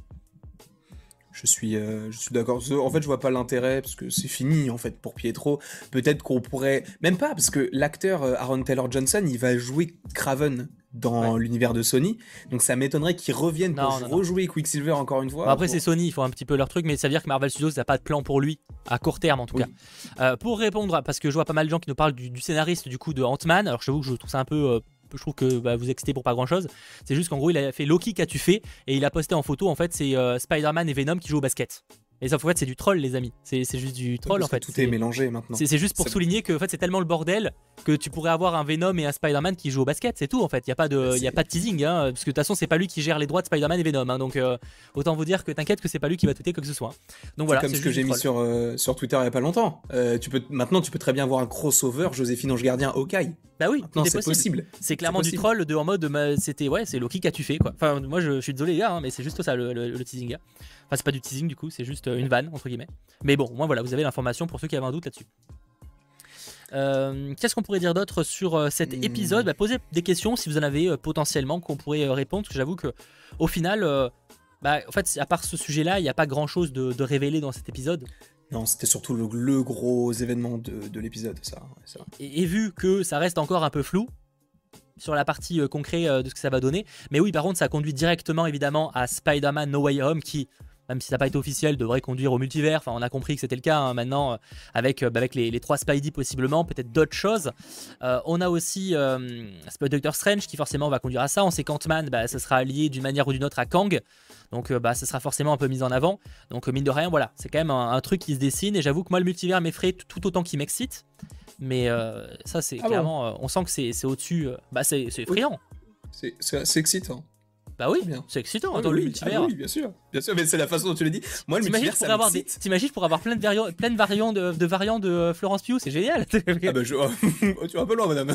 Je suis d'accord. En fait, je vois pas l'intérêt parce que c'est fini en fait pour Pietro. Peut-être qu'on pourrait même pas parce que l'acteur Aaron Taylor Johnson, il va jouer Kraven dans l'univers de Sony, donc ça m'étonnerait qu'ils reviennent pour rejouer Quicksilver encore une fois. Bon, après c'est Sony, ils font un petit peu leur truc, mais ça veut dire que Marvel Studios n'a pas de plan pour lui à court terme en tout cas. Pour répondre, parce que je vois pas mal de gens qui nous parlent du scénariste du coup de Ant-Man. Alors je t'avoue que je trouve ça un peu je trouve que vous excitez pour pas grand chose. C'est juste qu'en gros il a fait Loki qu'as-tu fait, et il a posté en photo en fait c'est Spider-Man et Venom qui jouent au basket. Et ça en fait c'est du troll les amis, c'est juste du troll en fait. Tout est mélangé maintenant. C'est juste pour souligner que en fait c'est tellement le bordel que tu pourrais avoir un Venom et un Spider-Man qui jouent au basket, c'est tout en fait. Il y a pas de teasing hein, parce que de toute façon c'est pas lui qui gère les droits de Spider-Man et Venom hein, donc autant vous dire que t'inquiète que c'est pas lui qui va tweeter quoi que ce soit. Donc voilà, comme ce que j'ai mis sur Twitter il y a pas longtemps. Maintenant tu peux très bien voir un crossover Joséphine Ange Gardien Hawkeye. Bah oui, maintenant c'est possible. C'est clairement du troll de en mode c'est Loki qu'as-tu fait quoi. Enfin moi je suis désolé les gars hein, mais c'est juste ça le teasing. Enfin c'est pas du teasing du coup, c'est juste une vanne entre guillemets. Mais bon, moi voilà, vous avez l'information pour ceux qui avaient un doute là-dessus. Qu'est-ce qu'on pourrait dire d'autre sur cet épisode? Posez des questions si vous en avez potentiellement qu'on pourrait répondre, parce que j'avoue que au final, en fait, à part ce sujet-là, il n'y a pas grand-chose de révélé dans cet épisode. Non, c'était surtout le gros événement de l'épisode, ça. Et vu que ça reste encore un peu flou sur la partie concrète de ce que ça va donner, mais oui, par contre, ça conduit directement évidemment à Spider-Man No Way Home qui, même si ça n'a pas été officiel, devrait conduire au multivers. Enfin, on a compris que c'était le cas hein, maintenant, avec les 3 Spidey possiblement, peut-être d'autres choses. On a aussi Doctor Strange qui forcément va conduire à ça. On sait qu'Ant-Man, ça sera lié d'une manière ou d'une autre à Kang. Donc ça sera forcément un peu mis en avant. Donc mine de rien, voilà, c'est quand même un truc qui se dessine. Et j'avoue que moi, le multivers m'effraie tout autant qu'il m'excite. Mais ça, c'est clairement... on sent que c'est au-dessus... c'est effrayant. C'est excitant. Bah oui, c'est excitant dans le multivers. Oui, bien sûr, mais c'est la façon dont tu l'as dit. Moi, le multivers, ça m'excite. T'imagines pour avoir plein de variants de Florence Pugh, c'est génial. Tu vas un peu loin, madame.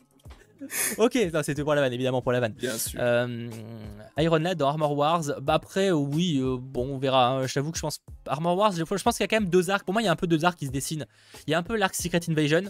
Ok, c'était pour la vanne, évidemment pour la vanne. Bien sûr. Iron Lad dans Armor Wars. Après, oui, bon, on verra. Hein. Je t'avoue que je pense Armor Wars. Je pense qu'il y a quand même 2 arcs. Pour moi, il y a un peu 2 arcs qui se dessinent. Il y a un peu l'arc Secret Invasion.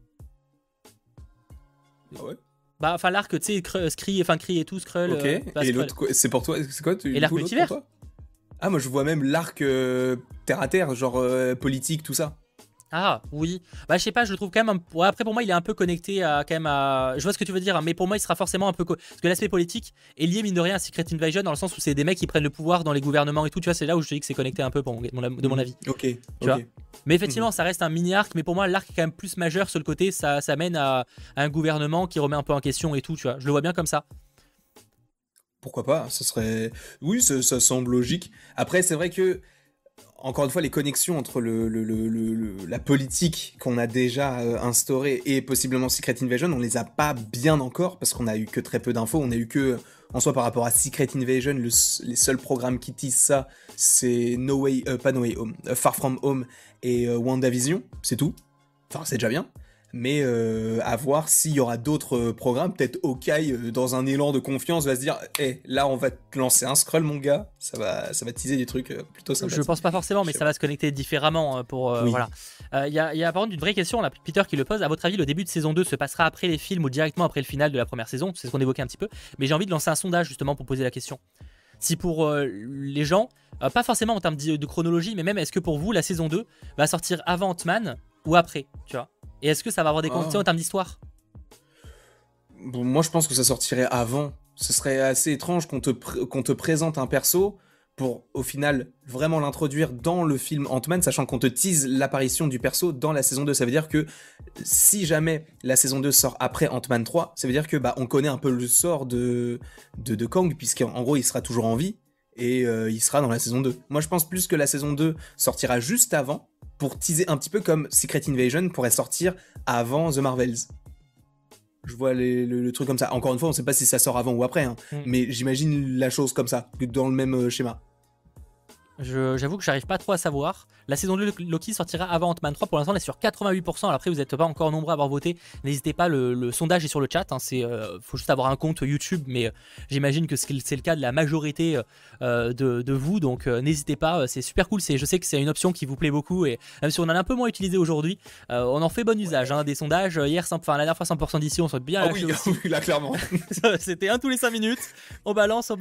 Ah ouais. Enfin l'arc, tu sais, Kree et tout, Skrull. Ok. Et l'autre, c'est pour toi, c'est quoi et l'arc multivers. Ah, moi je vois même l'arc terre à terre, genre politique, tout ça. Ah oui, je sais pas, je le trouve quand même après pour moi il est un peu connecté à quand même à... Je vois ce que tu veux dire hein, mais pour moi il sera forcément un peu parce que l'aspect politique est lié mine de rien à Secret Invasion dans le sens où c'est des mecs qui prennent le pouvoir dans les gouvernements et tout, tu vois, c'est là où je te dis que c'est connecté un peu de mon avis. Ok. Tu vois. Mais effectivement ça reste un mini arc, mais pour moi l'arc est quand même plus majeur sur le côté, ça mène à un gouvernement qui remet un peu en question et tout, tu vois, je le vois bien comme ça. Pourquoi pas, ça serait... Oui, ça semble logique. Après c'est vrai que encore une fois, les connexions entre la politique qu'on a déjà instaurée et possiblement Secret Invasion, on les a pas bien encore parce qu'on a eu que très peu d'infos. On a eu que, en soi, par rapport à Secret Invasion, les seuls programmes qui teasent ça, c'est Far From Home et WandaVision, c'est tout. Enfin, c'est déjà bien. Mais à voir s'il y aura d'autres programmes, peut-être Hawkeye dans un élan de confiance va se dire là on va te lancer un scroll mon gars, ça va teaser des trucs plutôt sympas. Je pense pas forcément, mais ça va se connecter différemment pour oui. Voilà. Il y a par contre une vraie question là, Peter qui le pose. À votre avis, le début de saison 2 se passera après les films ou directement après le final de la première saison? C'est ce qu'on évoquait un petit peu, mais j'ai envie de lancer un sondage justement pour poser la question. Si pour les gens, pas forcément en termes de chronologie, mais même est-ce que pour vous la saison 2 va sortir avant Ant-Man ou après, tu vois? Et est-ce que ça va avoir des conséquences en termes d'histoire? Bon, moi je pense que ça sortirait avant. Ce serait assez étrange qu'on te présente un perso pour au final vraiment l'introduire dans le film Ant-Man, sachant qu'on te tease l'apparition du perso dans la saison 2. Ça veut dire que si jamais la saison 2 sort après Ant-Man 3, ça veut dire que on connaît un peu le sort de Kang, puisqu'en gros il sera toujours en vie et il sera dans la saison 2. Moi je pense plus que la saison 2 sortira juste avant, pour teaser un petit peu comme Secret Invasion pourrait sortir avant The Marvels. Je vois le truc comme ça. Encore une fois, on sait pas si ça sort avant ou après, hein, mais j'imagine la chose comme ça, dans le même schéma. J'avoue que j'arrive pas trop à savoir. La saison 2 de Loki sortira avant Ant-Man 3. Pour l'instant, on est sur 88%. Alors après, vous n'êtes pas encore nombreux à avoir voté. N'hésitez pas, le sondage est sur le chat. Hein. Faut juste avoir un compte YouTube, mais j'imagine que c'est le cas de la majorité de vous. Donc n'hésitez pas, c'est super cool. Je sais que c'est une option qui vous plaît beaucoup. Et même si on en a un peu moins utilisé aujourd'hui, on en fait bon usage hein, des sondages. Hier, la dernière fois, 100% d'ici, on s'est bien lâché aussi. Oui, là, clairement. C'était un tous les 5 minutes. On balance.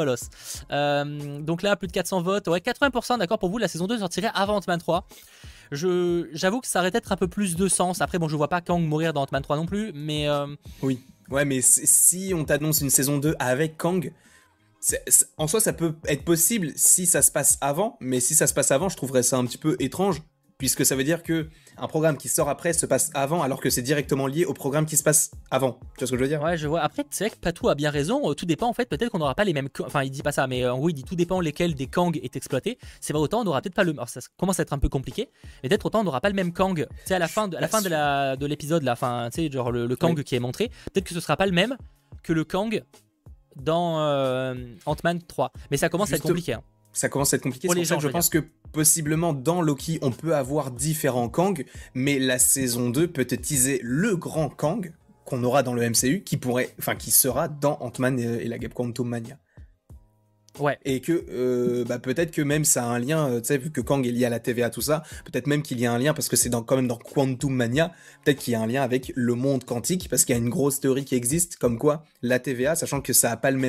Donc là, plus de 400 votes. Ouais, 80% d'accord pour vous, la saison 2 sortirait avant Ant-Man 3. J'avoue que ça aurait peut-être un peu plus de sens. Après, bon, je vois pas Kang mourir dans Ant-Man 3 non plus, mais... Oui, ouais, mais si on t'annonce une saison 2 avec Kang, en soi, ça peut être possible si ça se passe avant, mais si ça se passe avant, je trouverais ça un petit peu étrange, puisque ça veut dire que un programme qui sort après se passe avant, alors que c'est directement lié au programme qui se passe avant. Tu vois ce que je veux dire? Ouais, je vois. Après, c'est vrai que Patou a bien raison. Tout dépend, en fait, peut-être qu'on n'aura pas les mêmes... Enfin, il dit pas ça, mais en gros, il dit tout dépend lesquels des Kang est exploité. C'est vrai, autant on n'aura peut-être pas le... Alors, ça commence à être un peu compliqué, mais peut-être autant on n'aura pas le même Kang. Tu sais, à la fin de l'épisode, là, enfin, tu sais, genre le Kang qui est montré, peut-être que ce sera pas le même que le Kang dans Ant-Man 3. Mais ça commence à être compliqué. Hein. Ça commence à être compliqué, pour c'est les pour ça gens, que je pense que possiblement dans Loki, on peut avoir différents Kang, mais la saison 2 peut teaser le grand Kang qu'on aura dans le MCU, qui sera dans Ant-Man et la Guêpe Quantum Mania. Ouais. Et que peut-être que même ça a un lien, tu sais, vu que Kang est lié à la TVA, tout ça, peut-être même qu'il y a un lien, parce que c'est quand même dans Quantum Mania, peut-être qu'il y a un lien avec le monde quantique, parce qu'il y a une grosse théorie qui existe, comme quoi la TVA, sachant que ça n'a pas le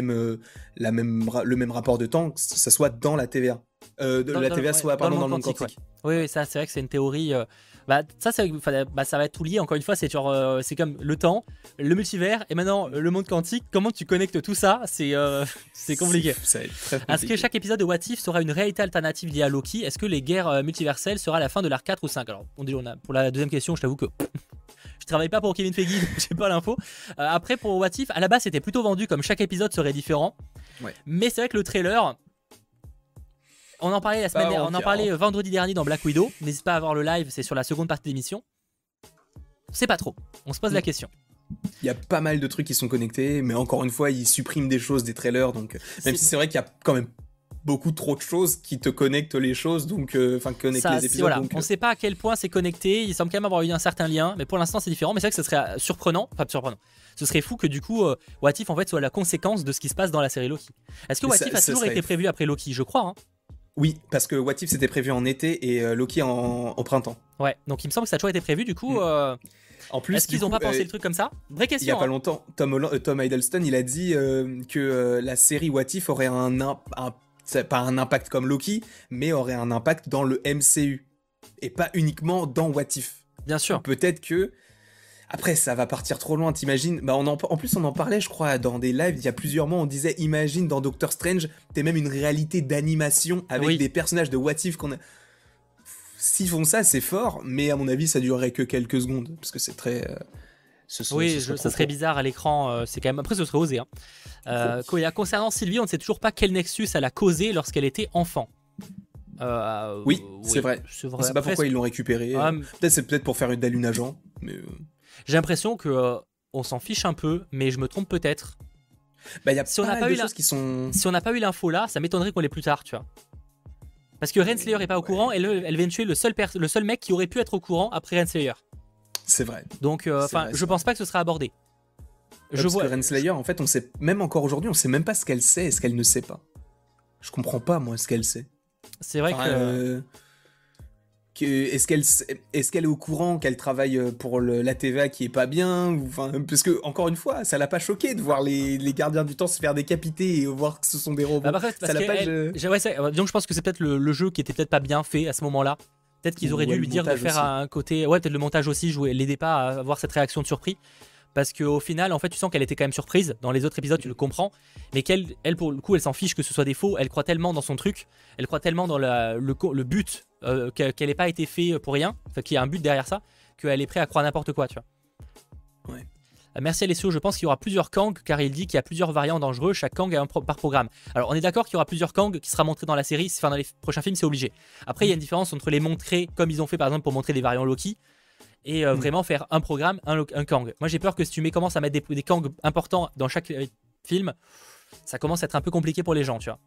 même rapport de temps, que ça soit dans la TVA. La TVA soit dans le monde quantique. Ouais. Oui, ça c'est vrai que c'est une théorie. Ça va être tout lié. Encore une fois, c'est comme le temps, le multivers et maintenant le monde quantique. Comment tu connectes tout ça? C'est compliqué. Ça va être très compliqué. Est-ce que chaque épisode de What If sera une réalité alternative liée à Loki? Est-ce que les guerres multiverselles sera la fin de l'arc 4 ou 5? Alors, pour la deuxième question, je t'avoue que je travaille pas pour Kevin Feige, donc j'ai pas l'info. Après, pour What If, à la base, c'était plutôt vendu comme chaque épisode serait différent. Ouais. Mais c'est vrai que le trailer. On en parlait vendredi dernier dans Black Widow. N'hésite pas à voir le live, c'est sur la seconde partie de l'émission. C'est pas trop. On se pose la question. Il y a pas mal de trucs qui sont connectés, mais encore une fois, ils suppriment des choses des trailers. Donc, même si c'est vrai qu'il y a quand même beaucoup trop de choses qui te connectent les choses, donc connectent les épisodes. Voilà. On sait pas à quel point c'est connecté. Il semble quand même avoir eu un certain lien, mais pour l'instant c'est différent. Mais c'est vrai que ce serait surprenant. Ce serait fou que du coup, What If en fait soit la conséquence de ce qui se passe dans la série Loki. Est-ce que What If a toujours été prévu après Loki? Je crois. Hein. Oui, parce que What If c'était prévu en été et Loki au printemps. Ouais, donc il me semble que ça a toujours été prévu. Du coup, en plus, est-ce qu'ils n'ont pas pensé le truc comme ça? Vraie question. Il y a pas longtemps, Tom Hiddleston, il a dit que la série What If aurait pas un impact comme Loki, mais aurait un impact dans le MCU et pas uniquement dans What If. Bien sûr. Peut-être que après, ça va partir trop loin, t'imagines. En plus, on en parlait, je crois, dans des lives, il y a plusieurs mois, on disait, imagine dans Doctor Strange, t'es même une réalité d'animation avec des personnages de What If qu'on a... S'ils font ça, c'est fort, mais à mon avis, ça durerait que quelques secondes, parce que c'est très... ça serait bizarre à l'écran, c'est quand même... Après, ce serait osé. Hein. Concernant Sylvie, on ne sait toujours pas quel Nexus elle a causé lorsqu'elle était enfant. Oui, c'est vrai. On ne sait pas pourquoi ils l'ont récupéré. C'est peut-être pour faire une Dalune agent, mais... J'ai l'impression que on s'en fiche un peu, mais je me trompe peut-être. Si on n'a pas eu l'info là, ça m'étonnerait qu'on l'ait plus tard, tu vois. Parce que Renslayer est pas au courant et elle vient de tuer le seul mec qui aurait pu être au courant après Renslayer. C'est vrai. Donc, je pense pas que ce sera abordé. Parce que Renslayer, en fait, on sait même encore aujourd'hui, on sait même pas ce qu'elle sait et ce qu'elle ne sait pas. Je comprends pas moi ce qu'elle sait. C'est vrai que est-ce qu'elle est au courant qu'elle travaille pour la TVA qui est pas bien, parce que encore une fois, ça l'a pas choqué de voir les gardiens du temps se faire décapiter et voir que ce sont des robots. Donc je pense que c'est peut-être le jeu qui était peut-être pas bien fait à ce moment-là. Peut-être qu'ils auraient dû lui dire de faire un côté, peut-être le montage aussi, l'aider pas à avoir cette réaction de surprise. Parce qu'au final, en fait, tu sens qu'elle était quand même surprise. Dans les autres épisodes, tu le comprends. Mais qu'elle, pour le coup, elle s'en fiche que ce soit des faux. Elle croit tellement dans son truc. Elle croit tellement dans le but qu'elle n'ait pas été fait pour rien. Enfin, qu'il y a un but derrière ça. Qu'elle est prête à croire n'importe quoi, tu vois. Ouais. Merci Alessio. Je pense qu'il y aura plusieurs Kang, car il dit qu'il y a plusieurs variants dangereux. Chaque Kang a par programme. Alors, on est d'accord qu'il y aura plusieurs Kang qui sera montré dans la série. Enfin, dans les prochains films, c'est obligé. Après, il y a une différence entre les montrer comme ils ont fait, par exemple, pour montrer des variants Loki. Et vraiment faire un programme, un Kang. Moi j'ai peur que si tu commences à mettre des Kang importants dans chaque film, ça commence à être un peu compliqué pour les gens, tu vois.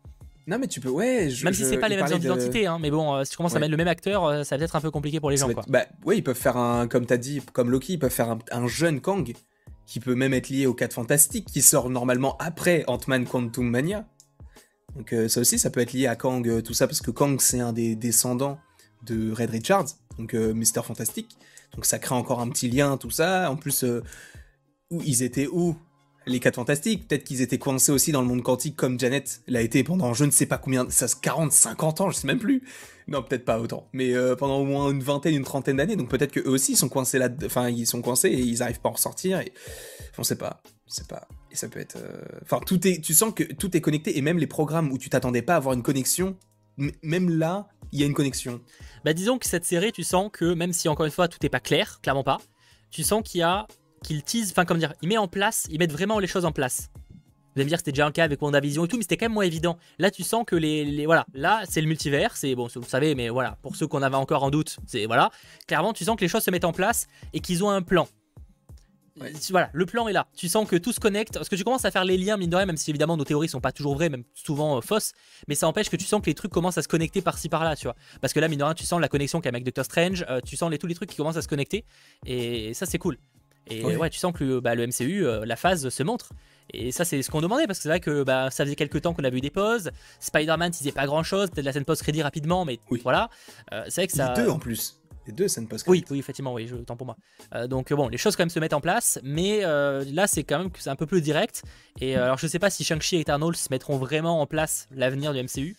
Non, mais tu peux, ouais. Même si c'est pas les mêmes identités, hein, mais bon, si tu commences à mettre le même acteur, ça va être un peu compliqué pour les gens, quoi. Bah, ouais, ils peuvent faire comme t'as dit, comme Loki, ils peuvent faire un jeune Kang qui peut même être lié aux 4 Fantastiques, qui sort normalement après Ant-Man Quantum Mania. Donc ça aussi, ça peut être lié à Kang, tout ça, parce que Kang, c'est un des descendants de Reed Richards, donc Mister Fantastique. Donc ça crée encore un petit lien, tout ça. En plus, où ils étaient où les 4 Fantastiques? Peut-être qu'ils étaient coincés aussi dans le monde quantique comme Janet l'a été pendant je ne sais pas combien, ça 40, 50 ans, je sais même plus. Non, peut-être pas autant, mais pendant au moins une vingtaine, une trentaine d'années. Donc peut-être qu'eux aussi ils sont coincés là, enfin ils sont coincés et ils arrivent pas à en sortir. Et on sait pas. Et ça peut être, enfin tu sens que tout est connecté et même les programmes où tu t'attendais pas à avoir une connexion, même là il y a une connexion. Bah disons que cette série, tu sens que même si encore une fois tout est pas clair, clairement pas, tu sens qu'il tease, enfin comment dire, ils mettent vraiment les choses en place. Vous allez me dire que c'était déjà un cas avec WandaVision et tout, mais c'était quand même moins évident. Là, tu sens que voilà, là, c'est le multivers, c'est bon, vous le savez, mais voilà, pour ceux qu'on avait encore en doute, c'est voilà. Clairement, tu sens que les choses se mettent en place et qu'ils ont un plan. Ouais. Voilà, le plan est là. Tu sens que tout se connecte, parce que tu commences à faire les liens, mine de rien, même si évidemment nos théories sont pas toujours vraies, même souvent fausses, mais ça empêche que tu sens que les trucs commencent à se connecter par-ci par-là, tu vois. Parce que là, mine de rien, tu sens la connexion qu'il y a avec Doctor Strange, tu sens tous les trucs qui commencent à se connecter, et ça, c'est cool. Et ouais, tu sens que le MCU, la phase se montre. Et ça, c'est ce qu'on demandait, parce que c'est vrai que ça faisait quelques temps qu'on avait eu des pauses. Spider-Man disait pas grand-chose, peut-être la scène post-crédit rapidement, mais voilà. C'est vrai que ça. Les deux en plus. Les deux scènes post-crédit. Oui, effectivement, oui, tant pour moi. Donc bon, les choses quand même se mettent en place, mais là, c'est quand même c'est un peu plus direct. Et alors, je sais pas si Shang-Chi et Eternals mettront vraiment en place l'avenir du MCU.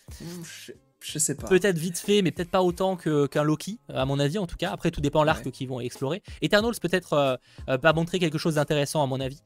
Je sais pas. Peut-être vite fait, mais peut-être pas autant qu'un Loki, à mon avis en tout cas. Après, tout dépend de l'arc qu'ils vont explorer. Eternals peut-être pas montrer quelque chose d'intéressant à mon avis.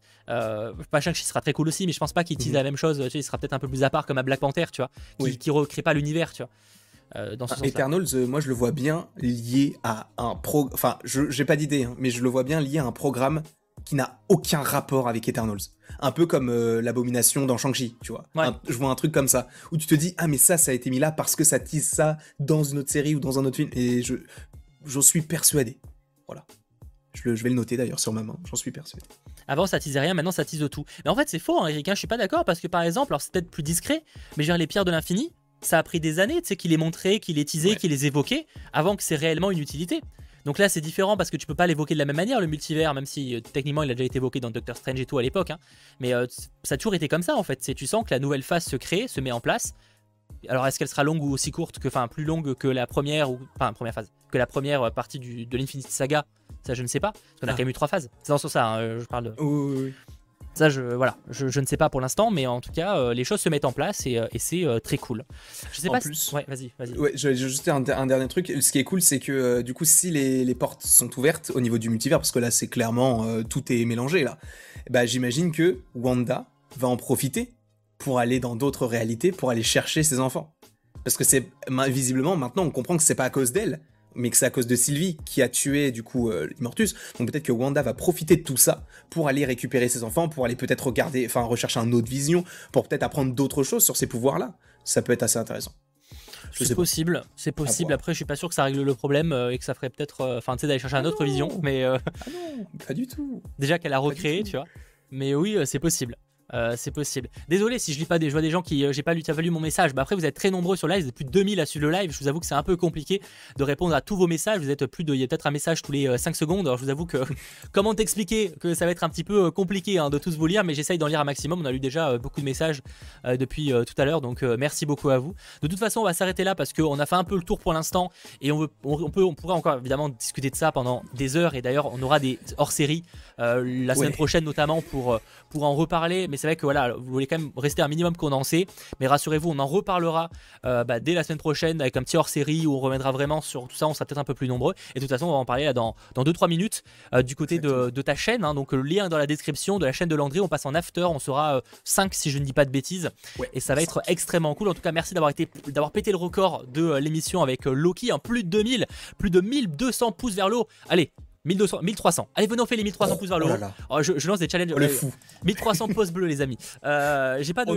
Pas Shang-Chi sera très cool aussi, mais je pense pas qu'il tease la même chose. Tu sais, il sera peut-être un peu plus à part comme à Black Panther, tu vois, qui recrée pas l'univers, tu vois. Dans ce sens-là. Eternals, moi je le vois bien lié à un enfin, j'ai pas d'idée, hein, mais je le vois bien lié à un programme qui n'a aucun rapport avec Eternals. Un peu comme l'abomination dans Shang-Chi, tu vois. Ouais. Je vois un truc comme ça, où tu te dis, ah mais ça a été mis là parce que ça tease ça dans une autre série ou dans un autre film, et j'en suis persuadé. Voilà. Je vais le noter d'ailleurs sur ma main, j'en suis persuadé. Avant ça teasait rien, maintenant ça tease de tout. Mais en fait c'est faux, hein, Eric, hein, je suis pas d'accord, parce que par exemple, alors c'est peut-être plus discret, mais genre les pierres de l'infini, ça a pris des années, tu sais, qu'il les montrait, qu'il les teasait, qu'il les évoquait, avant que c'est réellement une utilité. Donc là c'est différent parce que tu peux pas l'évoquer de la même manière, le multivers, même si techniquement il a déjà été évoqué dans Doctor Strange et tout à l'époque, hein. Mais ça a toujours été comme ça en fait. Tu sens que la nouvelle phase se crée, se met en place. Alors est-ce qu'elle sera longue ou aussi courte, enfin plus longue que la première, ou enfin première phase, que la première partie de l'Infinity Saga, ça je ne sais pas, parce qu'on a quand même eu 3 phases. C'est dans ce sens-là, hein, je parle de... Oui. Ça, je ne sais pas pour l'instant, mais en tout cas, les choses se mettent en place et c'est très cool. Je sais en pas plus, si... Ouais, vas-y. Ouais, je vais juste un dernier truc. Ce qui est cool, c'est que du coup, si les portes sont ouvertes au niveau du multivers, parce que là, c'est clairement tout est mélangé là, bah j'imagine que Wanda va en profiter pour aller dans d'autres réalités, pour aller chercher ses enfants. Parce que c'est visiblement maintenant, on comprend que c'est pas à cause d'elle, mais que c'est à cause de Sylvie qui a tué du coup Immortus. Donc peut-être que Wanda va profiter de tout ça pour aller récupérer ses enfants, pour aller peut-être rechercher un autre vision, pour peut-être apprendre d'autres choses sur ces pouvoirs-là. Ça peut être assez intéressant. C'est possible. Après, je suis pas sûr que ça règle le problème et que ça ferait peut-être, enfin, tu sais, d'aller chercher une autre vision. Mais ah non, pas du tout. Déjà qu'elle a recréé, tu vois. Mais oui, c'est possible. C'est possible. Désolé si je lis pas je vois des gens qui j'ai pas lu, t'as pas lu mon message. Bah après vous êtes très nombreux sur le live, vous êtes plus de 2000 à suivre le live. Je vous avoue que c'est un peu compliqué de répondre à tous vos messages. Vous êtes il y a peut-être un message tous les 5 secondes. Alors je vous avoue que comment t'expliquer que ça va être un petit peu compliqué de tous vous lire, mais j'essaye d'en lire un maximum. On a lu déjà beaucoup de messages depuis tout à l'heure, donc merci beaucoup à vous. De toute façon on va s'arrêter là parce qu'on a fait un peu le tour pour l'instant et on pourrait encore évidemment discuter de ça pendant des heures, et d'ailleurs on aura des hors-séries la semaine prochaine notamment pour en reparler. Mais c'est vrai que voilà, vous voulez quand même rester un minimum condensé, mais rassurez-vous, on en reparlera dès la semaine prochaine avec un petit hors-série où on reviendra vraiment sur tout ça. On sera peut-être un peu plus nombreux, et de toute façon on va en parler là dans 2-3 minutes du côté de ta chaîne, hein. Donc le lien est dans la description de la chaîne de Landry. On passe en after, on sera 5 si je ne dis pas de bêtises, et ça va être extrêmement cool. En tout cas merci d'avoir pété le record de l'émission avec Loki, plus de 2000, plus de 1200 pouces vers le haut. Allez, 1200, 1300. Allez, venez, on fait les 1300 pouces vers le haut. Oh, je lance des challenges. Fou. 1300 pouces bleus, les amis. J'ai pas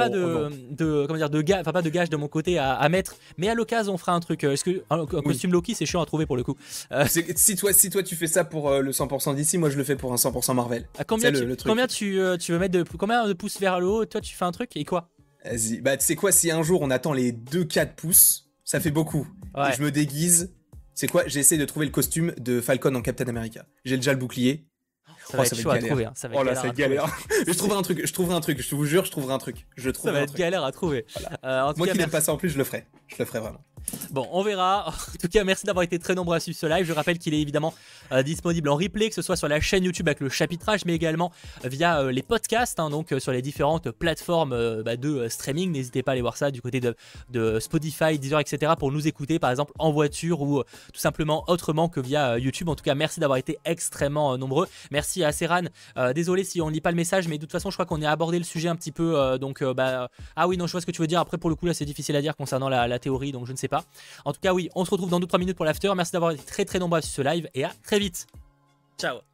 de gage de mon côté à mettre, mais à l'occasion, on fera un truc. Est-ce que un costume Loki, c'est chiant à trouver pour le coup. Si toi tu fais ça pour le 100% d'ici, moi je le fais pour un 100% Marvel. Combien tu veux mettre combien de pouces vers le haut? Toi, tu fais un truc et quoi? Vas-y. Bah, tu sais quoi, si un jour on attend les 2-4 pouces, ça fait beaucoup. Ouais. Et je me déguise. C'est quoi? J'essaie de trouver le costume de Falcon en Captain America. J'ai déjà le bouclier. Ça va être chaud à trouver. Hein. Ça va être Oh là, galère c'est à trouver. galère. Mais je trouverai un truc. Je vous jure, je trouverai un truc. Ça va être galère à trouver. Voilà. En tout Moi cas, qui n'aime pas ça en plus, je le ferai. Je le ferai vraiment. Bon, on verra. En tout cas, merci d'avoir été très nombreux à suivre ce live. Je rappelle qu'il est évidemment disponible en replay, que ce soit sur la chaîne YouTube avec le chapitrage, mais également via les podcasts, hein, donc sur les différentes plateformes de streaming. N'hésitez pas à aller voir ça du côté de Spotify, Deezer, etc. pour nous écouter, par exemple en voiture ou tout simplement autrement que via YouTube. En tout cas, merci d'avoir été extrêmement nombreux. Merci à Serran. Désolé si on ne lit pas le message, mais de toute façon, je crois qu'on a abordé le sujet un petit peu. Ah oui, non, je vois ce que tu veux dire. Après, pour le coup, là, c'est difficile à dire concernant la théorie, donc je ne sais pas. En tout cas, oui, on se retrouve dans 2-3 minutes pour l'after. Merci d'avoir été très très nombreux à ce live et à très vite. Ciao.